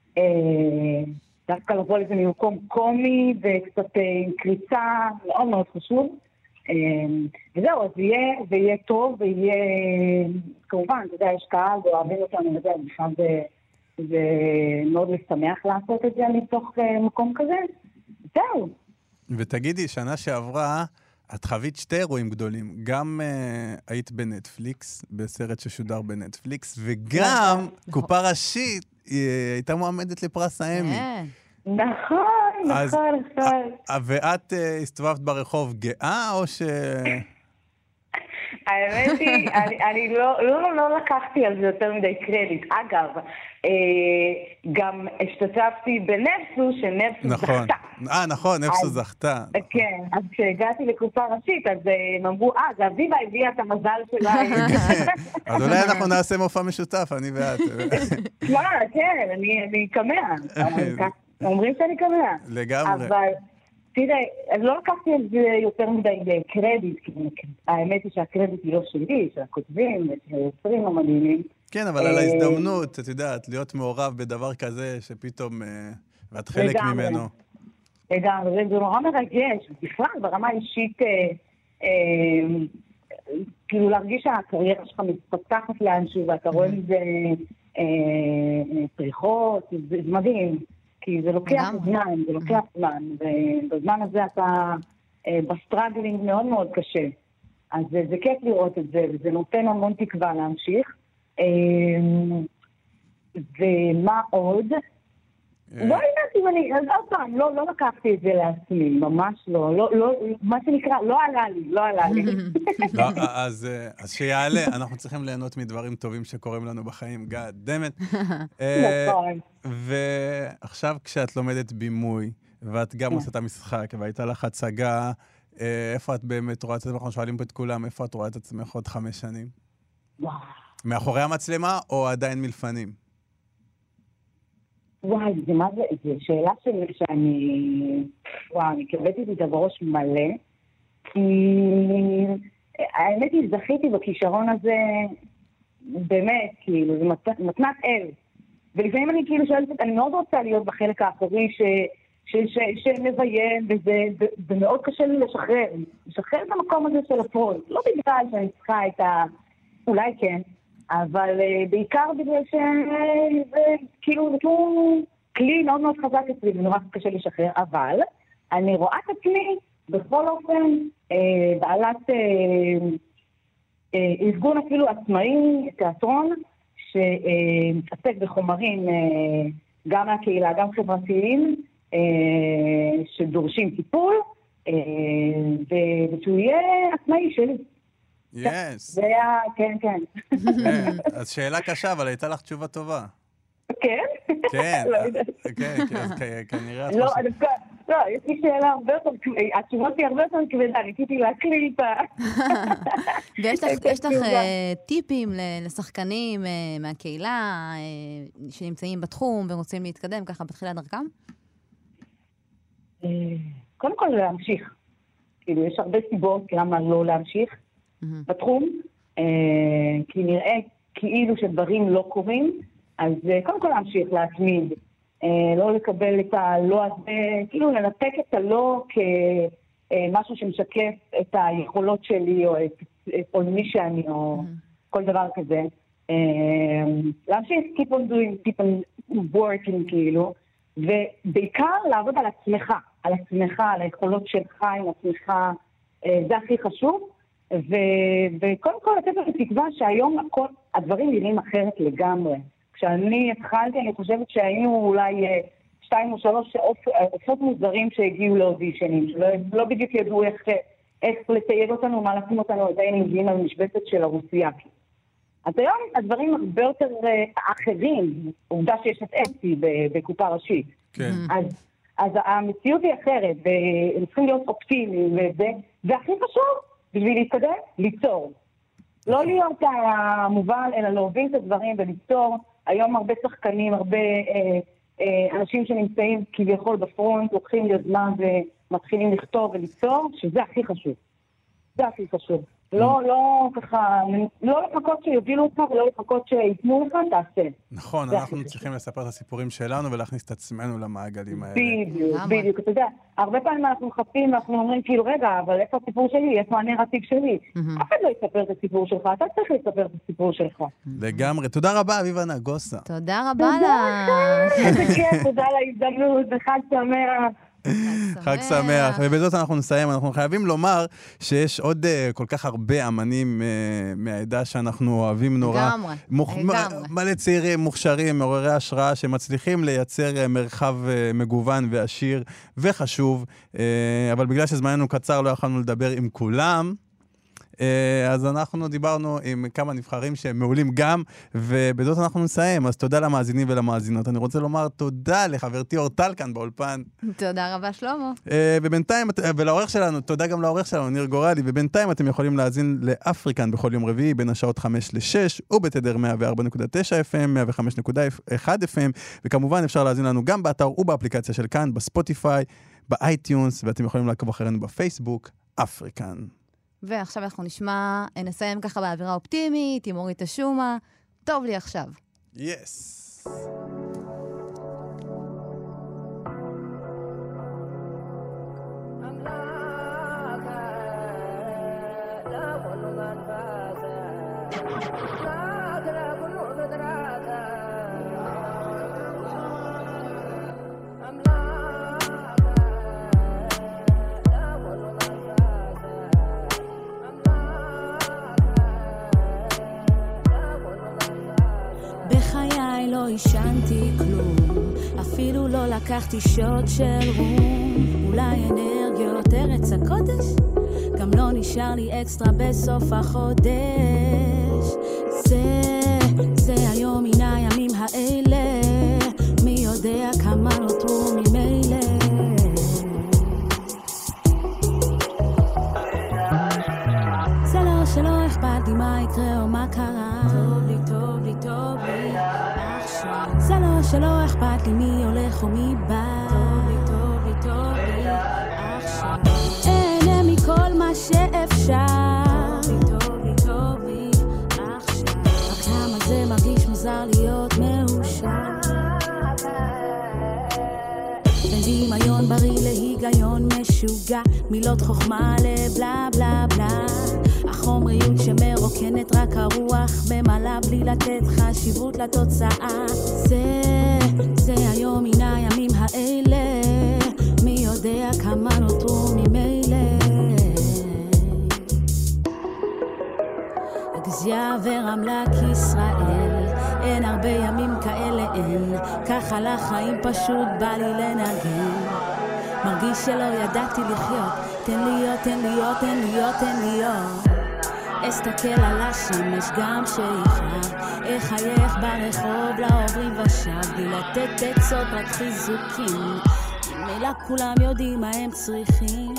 דווקא לבוא לזה ממקום קומי וקצת עם קריצה, מאוד מאוד חשוב. וזהו, אז יהיה טוב, ויהיה, כמובן, אתה יודע, יש קהל, ואוהבים אותנו, וזה, בכלל זה מאוד משמח לעשות את זה מתוך מקום כזה. זהו. ותגידי, שנה שעברה, את חווית שתי אירועים גדולים. גם היית בנטפליקס, בסרט ששודר בנטפליקס, וגם קופה ראשית, היא הייתה מועמדת לפרס האמי. נכון. ואת הסתובבת ברחוב גאה, או ש... האמת היא, אני לא לקחתי על זה יותר מדי קרדיט. אגב, גם השתתפתי בנפסו, שנפסו זכתה. נכון, נפסו זכתה. כן, אז כשהגעתי לקופה ראשית, אז הם אמרו, זה אביבה הביאה את המזל שלה. אז אולי אנחנו נעשה מופע משותף, אני ואת. כן, אני קמאה. אומרים שאני קמאה. לגמרי. אבל... תראה, אז לא לקחתי על זה יותר מדי קרדיט, כי האמת היא שהקרדיט היא לא שלי, של הכותבים, של היוצרים המדהימים. כן, אבל על ההזדמנות, את יודעת, להיות מעורב בדבר כזה, שפתאום, ואת חלק ממנו. לגמרי, זה נורא מרגש, בכלל, ברמה אישית, כאילו להרגיש שהקריירה שלך מתפתחת לאנשהו, ואתה רואה מזה פריחות, זה מדהים. כי זה לוקח זמן, ובזמן הזה אתה בסטרגלינג מאוד מאוד קשה. אז זה כיף לראות את זה, וזה נותן המון תקווה להמשיך. ומה עוד? לא יודעת אם אני, אז עוד פעם, לא לקחתי את זה לעצמי, ממש לא, מה שנקרא, לא עלה לי. אז שיעלה, אנחנו צריכים ליהנות מדברים טובים שקורים לנו בחיים, God damn it. נכון. ועכשיו כשאת לומדת בימוי, ואת גם עושה את המשחק, והייתה לך הצגה, איפה את באמת רואה את עצמך? אנחנו שואלים פה את כולם, איפה את רואה את עצמך עוד 5 שנים? מאחורי המצלמה או עדיין מלפנים? וואי, זו שאלה שאני קבלתי את בראש מלא, כי האמת היא, זכיתי בכישרון הזה, באמת, כאילו, זה מתנת אל. ולפעמים אני כאילו שואלת, אני מאוד רוצה להיות בחלק האחורי שמביים, וזה מאוד קשה לי לשחרר את המקום הזה של הפרונט. לא בגלל שאני צריכה את אולי כן, אבל בעיקר בגלל שזה כאילו כלי מאוד מאוד חזק אצלי, ונורא קשה לשחרר, אבל אני רואה את עצמי בכל אופן בעלת ארגון אפילו עצמאי, תיאטרון, שמתעסק בחומרים גם מהקהילה, גם חברתיים, שדורשים טיפול, ושהוא יהיה עצמאי שלי. יס. כן. אז שאלה קשה, אבל הייתה לך תשובה טובה. כן? כן, אז כנראה... לא, יש לי שאלה הרבה יותר, התשובה היא הרבה יותר כבדה, ניסיתי להקליל את ה... ויש לך טיפים לשחקנים מהקהילה שנמצאים בתחום ורוצים להתקדם ככה בתחילת דרכם? קודם כל להמשיך. כאילו, יש הרבה סיבות למה לא להמשיך בתחום, כי נראה כאילו שדברים לא קורים, אז קודם כל להמשיך, להתמיד. לא לקבל את הלא הזה, כאילו לנתק את הלא כמשהו שמשקף את היכולות שלי או מי שאני או כל דבר כזה. להמשיך, keep on doing, keep on working כאילו, ובעיקר לעבוד על עצמך, על היכולות שלך עם עצמך, זה הכי חשוב, וקודם כל לתת לנו תקווה שהיום הדברים נראים אחרת לגמרי. כשאני התחלתי, אני חושבת שהיינו אולי 2 או 3 עופות מוזרים שהגיעו לאודישנים, שלא בדיוק ידעו איך לתייג אותנו, מה לשים אותנו, עדיין מגיעים על משבצת של הרוסיה. אז היום הדברים הרבה יותר אחרים, עובדה שיש את אצי בקופה ראשית. כן. אז המציאות היא אחרת, והם צריכים להיות אופטימיים, והכי חשוב, בשביל להתקדם, ליצור. לא להיות המובל, אלא להוביל את הדברים וליצור. היום הרבה שחקנים, הרבה אנשים שנמצאים כביכול בפרונט, לוקחים יוזמה ומתחילים לכתוב וליצור, שזה הכי חשוב. זה הכי חשוב. לא ככה, לא לחכות שיובילו אותך ולא לחכות שיתנו לך, תעשה. נכון, אנחנו צריכים לספר את הסיפורים שלנו ולהכניס את עצמנו למעגלים האלה. בדיוק, אתה יודע, הרבה פעמים אנחנו מחפשים ואנחנו אומרים כאילו, רגע, אבל איפה הסיפור שלי? איפה הנרטיב שלי? אף אחד לא יספר את הסיפור שלך, אתה צריך לספר את הסיפור שלך. לגמרי, תודה רבה, אביבה נגוסה. תודה רבה לך. איזה כיף, תודה להזדמנות, וחג שמח. חג שמח, ובזאת אנחנו נסיים. אנחנו חייבים לומר שיש עוד כל כך הרבה אמנים מהעדה שאנחנו אוהבים נורא. מלא צעירים, מוכשרים, מעוררי השראה, שמצליחים לייצר מרחב מגוון ועשיר וחשוב, אבל בגלל שזמננו קצר לא יכולנו לדבר עם כולם. אז אנחנו דיברנו עם כמה נבחרים שהם מעולים גם, ובזאת אנחנו נסיים. אז תודה למאזינים ולמאזינות. אני רוצה לומר תודה לחברתי אורטל כאן באולפן. תודה רבה, שלמה. ובינתיים, ולעורך שלנו, תודה גם לעורך שלנו, ניר גורלי, ובינתיים אתם יכולים להאזין לאפריקן בכל יום רביעי בין השעות 5 ל-6, ובתדר 104.9 FM, 105.1 FM, וכמובן אפשר להאזין לנו גם באתר ובאפליקציה של כאן, בספוטיפיי, באייטיונס, ואתם יכולים לעקוב אחרינו בפייסבוק, אפריקן. ועכשיו אנחנו נסיים ככה באווירה אופטימית, עם אורית השומה. טוב לי עכשיו. יס. בחיי לא ישנתי כלום, אפילו לא לקחתי שוט של רום. אולי אנרגיות ארץ הקודש, גם לא נשאר לי אקסטרה בסוף החודש. זה היום מן הימים האלה, מי יודע כמה נותרו ממילא. זה לא שלא אכפת לי מה יקרה או מה קרה, טוב לי, טוב לי, טוב לי עכשיו. זה לא שלא אכפת לי מי הולך או מי בא, טוב לי, טוב לי, טוב לי עכשיו. אהנה מכל מה שאפשר, טוב לי, טוב לי עכשיו. רק למה זה מרגיש מוזר להיות מאושר, בין דמיון בריא להיגיון משוגע, מילות חוכמה לבלה בלה בלה. החומריות שמרוקנת רק הרוח במעלה בלי לתת חשיבות לתוצאה. זה היום מן הימים האלה, מי יודע כמה נותרו ממילא. גזיה ורמלק ישראל, אין הרבה ימים כאלה אין, ככה לחיים פשוט בא לי לנגן. מרגיש שלא ידעתי לחיות, תן להיות, תן להיות, תן להיות, תן להיות. אסתכל על השמש גם שיחה, אחייך ברחוב לעוברים ושב, בלי לתת עצות רק חיזוקים, מילה כולם יודעים מה הם צריכים.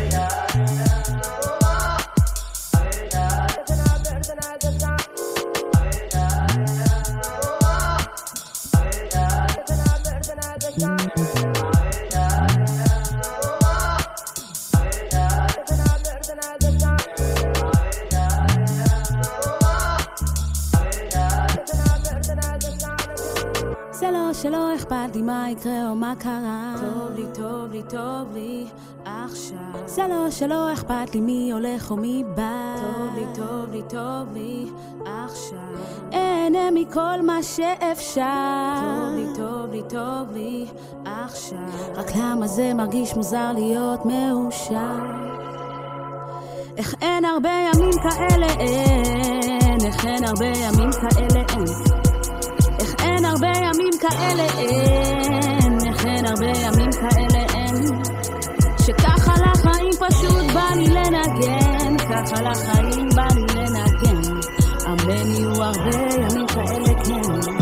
שלא אכפת לי מה יקרה או מה קרה, טוב לי, טוב לי, טוב לי עכשיו. זה לא שלא אכפת לי מי הולך או מי בא, טוב לי, טוב לי, טוב לי עכשיו. אהנה מכל מה שאפשר, טוב לי, טוב לי, טוב לי עכשיו. רק למה זה מרגיש מוזר להיות מאושר. איך אין הרבה ימים כאלה אין, איך אין הרבה ימים כאלה אין, איך אין הרבה ימים כאלה אין, איך אין הרבה ימים כאלה אין. שככה לחיים פשוט בא לי לנגן, ככה לחיים בא לי לנגן. אמן יהיו הרבה ימים כאלה כן.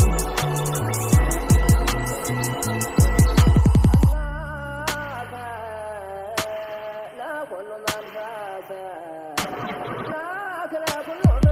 La